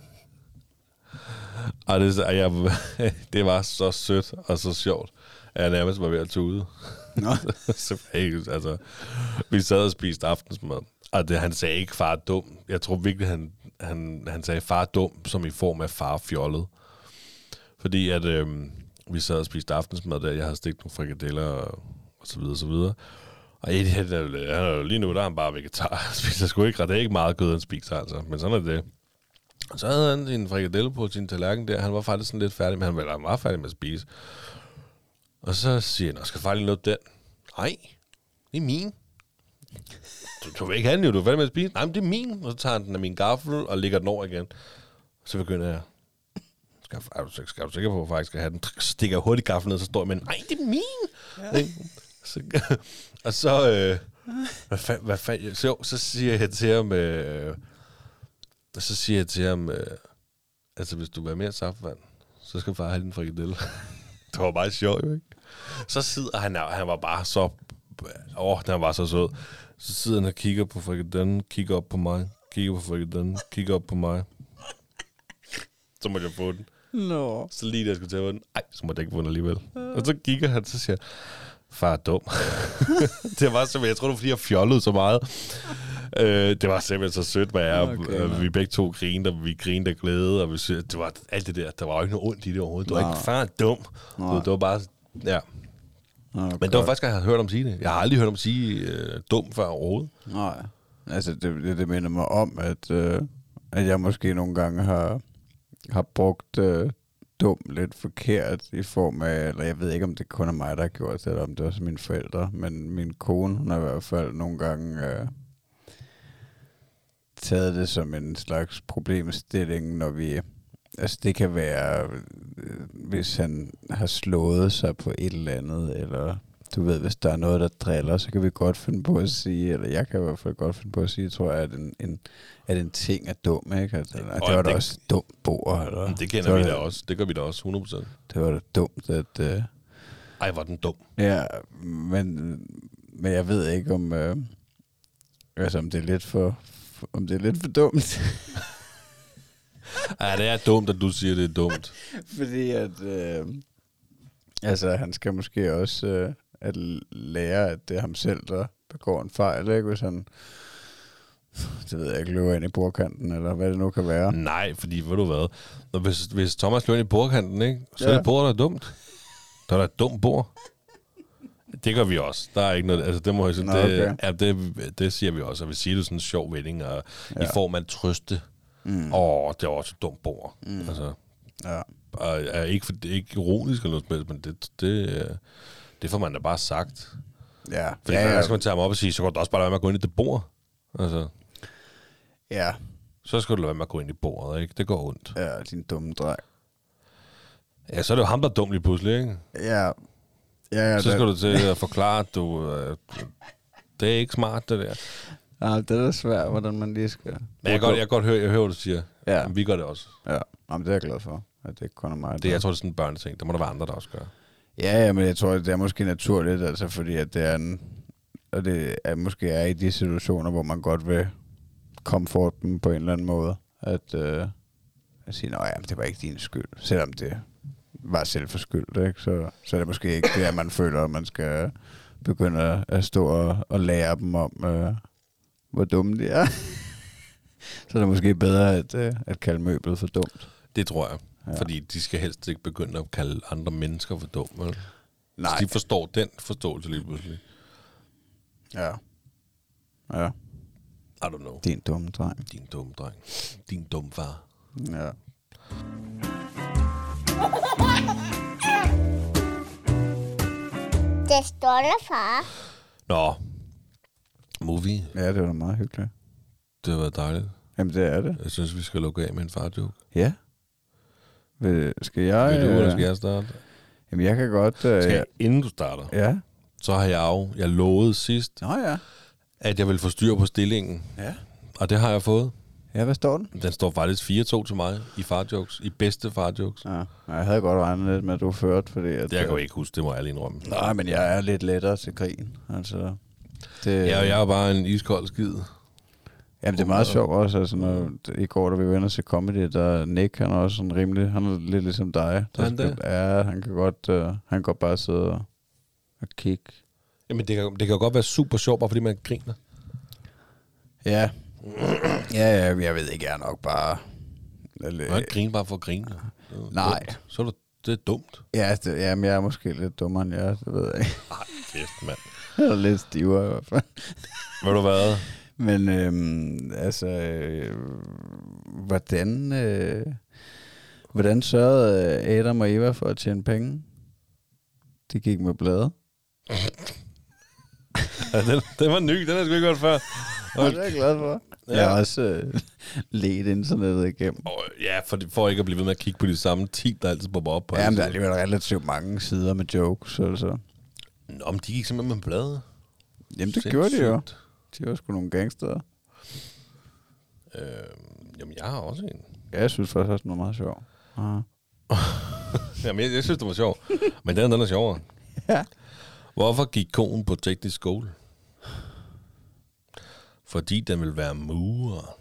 Og det var så sødt og så sjovt, at jeg nærmest var ved at tude. Nå. Altså, vi sad og spiste aftensmad, og han sagde ikke, far er dum. Jeg tror virkelig, han sagde, far er dum, som i form af far fjollet. Fordi at vi sad og spiste aftensmad der. Jeg havde stegt nogle frikadeller og så videre, så videre. Og lige nu, der er han bare vegetar. Han spiser sgu ikke ret. Det er ikke meget kød, han spiser, altså. Men sådan er det. Og så havde han sin frikadelle på sin tallerken der. Han var faktisk sådan lidt færdig, men han var meget færdig med at spise. Og så siger han, skal faktisk noget den? Nej, det er min. Du vil ikke have den jo, du er færdig med at spise. Nej, men det er min. Og så tager han den af min gaffel og lægger den over igen. Så begynder jeg, er du sikker på, at jeg faktisk skal have den? Stikker hurtigt gaffelen ned, så står jeg med, nej, det er min. Ja. Og så, hvad fanden, så siger jeg til ham, altså hvis du vil have mere saftvand, så skal far have din frikadelle. Det var bare sjovt, jo ikke? Så sidder han var bare så, han var så sød. Så sidder han og kigger på frikadellen, kigger op på mig, kigger på frikadellen, kigger op på mig. Så måtte jeg få den. No. Så lige da jeg skulle tage den, så måtte jeg ikke få den alligevel. Og så kigger han, så siger far er dum. Det var simpelthen, jeg tror det var fordi jeg fjollede så meget. Det var simpelthen så sødt, vi begge to grinede, og vi grinede af glæde, og det var alt det der. Der var jo ikke noget ondt i det overhovedet. Det var ikke far er dum. Det var bare, ja. Men det var faktisk, at jeg havde hørt om sige det. Jeg har aldrig hørt om sige dum før overhovedet. Nej. Altså, det minder mig om, at jeg måske nogle gange har brugt dum lidt forkert i form af, eller jeg ved ikke, om det kun er mig, der har gjort det, eller om det også er mine forældre, men min kone, hun har i hvert fald nogle gange taget det som en slags problemstilling, når vi, altså det kan være, hvis han har slået sig på et eller andet, eller du ved, hvis der er noget, der driller, så kan vi godt finde på at sige, eller jeg kan i hvert fald godt finde på at sige, tror jeg, at en ting er dum, ikke? Altså, det var da også dumt bord. Eller? Det kender vi da også. Det gør vi da også, 100%. Det var da dumt, at... Ej, var den dum. Ja, men jeg ved ikke, om om det er lidt for dumt. Ja, det er dumt, at du siger, det er dumt. Fordi at... han skal måske også at lære, at det er ham selv, der begår en fejl, ikke? Hvis han, det ved jeg ikke, løber ind i bordkanten, eller hvad det nu kan være. Nej, fordi, ved du hvad, hvis Thomas løber ind i bordkanten, ikke? Så er det bord, der er dumt. Der er et dumt bord. Det gør vi også. Der er ikke noget, altså det må jeg sige, det siger vi også. Og vi siger det sådan en sjov vending, og i form af en trøste. Det er også et dumt bord. Altså, og er ikke ironisk eller noget, men det får man da bare sagt. Ja. Fordi man skal man tage ham op og sige, så går det også bare lade være med at gå ind i det bord. Altså. Ja. Så skal du lade være med at gå ind i bordet, ikke? Det går ondt. Ja, din dumme dreng. Ja, så er det jo ham, der er dum lige pludselig, ikke? Ja. Så skal du til at forklare, at det er ikke smart, det der. Ja, det er da svært, hvordan man lige skal... Men jeg kan godt høre, hvad du siger. Ja. Men vi gør det også. Ja, jamen, det er jeg glad for, at det ikke kun er mig. Jeg tror, det er sådan en børneting. Der må der være andre, der også gør. Ja, men jeg tror, det er måske naturligt, altså, fordi at det er og det er, måske er i de situationer, hvor man godt vil comfort dem på en eller anden måde. At sige, nej, det var ikke din skyld. Selvom det var selvforskyldt, ikke? Så er det måske ikke det, at man føler, at man skal begynde at stå og lære dem om, hvor dumme de er. Så er det måske bedre at kalde møblet for dumt. Det tror jeg. Ja. Fordi de skal helst ikke begynde at kalde andre mennesker for dumme. Nej. Så de forstår den forståelse lige pludselig. Ja. I don't know. Din dumme dreng. Din dumme dreng. Din dumme far. Ja. Det står der, far. Nå. Movie. Ja, det var da meget hyggeligt. Det har været dejligt. Jamen, det er det. Jeg synes, vi skal lukke af med en far-joke. Ja. Skal jeg... Vil du, eller skal jeg starte? Jamen, jeg kan godt... Inden du starter, ja. så har jeg lovet sidst, at jeg vil få styr på stillingen. Ja. Og det har jeg fået. Ja, hvad står den? Den står faktisk 4-2 til mig i farjokes, i bedste farjokes. Ja, jeg havde godt regnet lidt med, at du førte, fordi... At, det jeg kan jo ikke huske, det må jeg lige indrømme. Nej, men jeg er lidt lettere til krigen. Altså, jeg er bare en iskold skid. Jamen, det er meget sjovt også. Altså, i går, da vi var inde og se comedy, der Nick, han er også sådan rimelig... Han er lidt ligesom dig. Ja, han kan godt... han kan godt bare sidde og kigge. Jamen, det kan jo godt være super sjovt, bare fordi man griner. Ja. Ja, jeg ved ikke, jeg er nok bare... Du kan ikke grine bare for at grine. Nej. Så er du det er dumt. Ja, jamen, jeg er måske lidt dummere end jeg, det ved jeg ikke. Ej, kæft, mand. Jeg er lidt stivere i hvert fald. Ved du hvad? Men hvordan sørgede Adam og Eva for at tjene penge? De gik med blade. Ja, den var ny, den har jeg sgu ikke hørt før. Og det er jeg glad for. Ja. Jeg har også ledt internettet igennem. Ja, for ikke at blive ved med at kigge på de samme 10, der altid popper op på. Jamen, der er alligevel relativt mange sider med jokes. Altså. Nå, men de gik simpelthen med blade. Jamen, det gjorde de jo. De var sgu nogle gangster. Jamen, jeg har også en. Ja, jeg synes faktisk også, den var meget sjov. Jamen, jeg synes, det var sjov. Men den er sjovere. Ja. Hvorfor gik konen på teknisk skole? Fordi den vil være murer.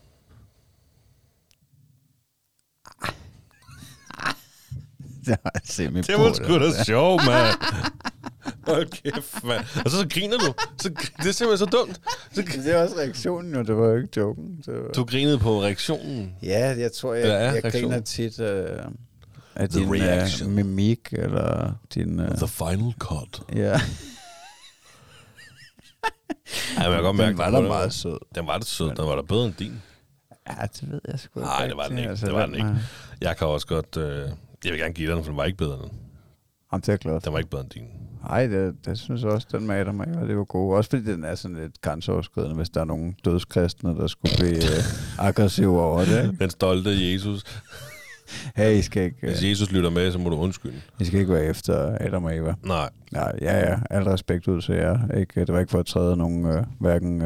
Det var sgu da sjov, mand. Hold kæft, mand. Og så griner du. Det er simpelthen så dumt. Det er også reaktionen, jo. Det var jo ikke joken. Du grinede på reaktionen? Ja, jeg tror, jeg griner tit af din mimik, eller din... The final cut. Ja. Ej, men jeg kan godt mærke, den var da meget sød. Den var da sød. Den var da bedre end din. Ja, det ved jeg sgu ikke. Nej, det var den ikke. Altså, det var den ikke. Jeg kan også godt... jeg vil gerne give den, for den var ikke bedre end den. Jamen, det er klart. Den var ikke bedre end din. Nej, det synes jeg også, den mater mig, og det var god. Også fordi den er sådan lidt grænseoverskridende, hvis der er nogle dødskristne, der skulle blive aggressive over det. Ikke? Den stolte Jesus. Hey, I skal ikke... Hvis Jesus lytter med, så må du undskylde. I skal ikke være efter Adam og Eva. Nej. Ja. Al respekt ud til jer. Ikke, det var ikke for at træde nogen, hverken,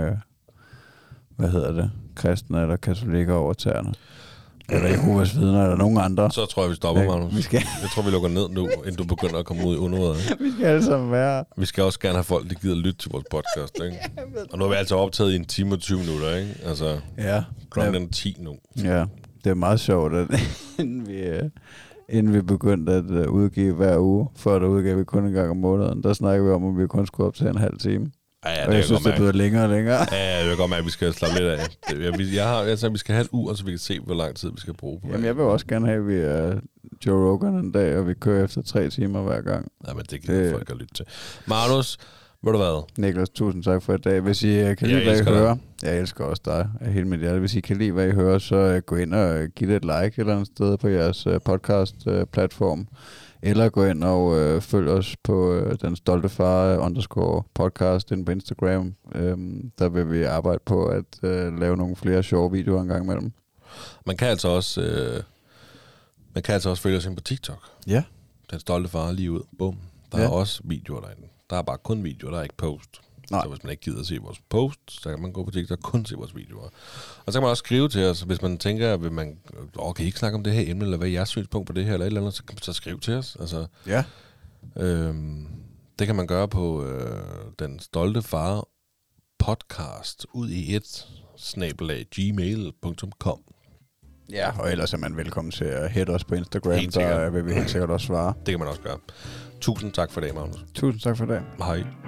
kristne eller katolikker over tæerne. Eller Jehovas vidner, eller nogen andre. Så tror jeg, vi stopper, Magnus. Jeg tror, vi lukker ned nu, inden du begynder at komme ud i underværdet. Vi skal alle sammen være. Vi skal også gerne have folk, der gider lytte til vores podcast, ikke? Og nu er vi altså optaget i 1 time og 20 minutter, ikke? Altså, ja. Klokken er 10 nu. Ja, det er meget sjovt, at inden vi begyndte at udgive hver uge, før der udgav vi kun en gang om måneden, der snakker vi om, at vi kun skulle optage en halv time. Ja, og jeg synes, det bliver længere og længere. Ja, jeg vil godt mærke, at vi skal slappe lidt af. Jeg vi skal have et ur, så vi kan se, hvor lang tid vi skal bruge på. Jamen, jeg vil også gerne have, at vi er Joe Rogan en dag, og vi kører efter 3 timer hver gang. Ja, men det kan folk at lytte til. Magnus, ved du hvad? Niklas, tusind tak for i dag. Hvis I kan lide, hvad I hører, jeg elsker også dig af hele mit hjerte. Hvis I kan lide, hvad I hører, så gå ind og giv det et like et eller andet sted på jeres podcast-platform. Eller gå ind og følg os på den stolte far _podcast inde på Instagram. Der vil vi arbejde på at lave nogle flere sjove videoer en gang imellem. Man kan altså også følge os ind på TikTok. Ja. Den stolte far lige ud. Bum. Der er også videoer derinde. Der er bare kun videoer, der er ikke post. Nej. Så hvis man ikke gider at se vores post, så kan man gå på TikTok og kun se vores videoer. Og så kan man også skrive til os, hvis man tænker, at man kan I ikke snakke om det her emne, eller hvad er jeres synspunkt på det her, eller et eller andet, så kan man så skrive til os. Altså, ja. Det kan man gøre på den stolte far podcast ud i et @gmail.com. Ja, og ellers er man velkommen til at hætte os på Instagram, der vil vi helt sikkert også svare. Det kan man også gøre. Tusind tak for det, Magnus. Tusind tak for det. Hej.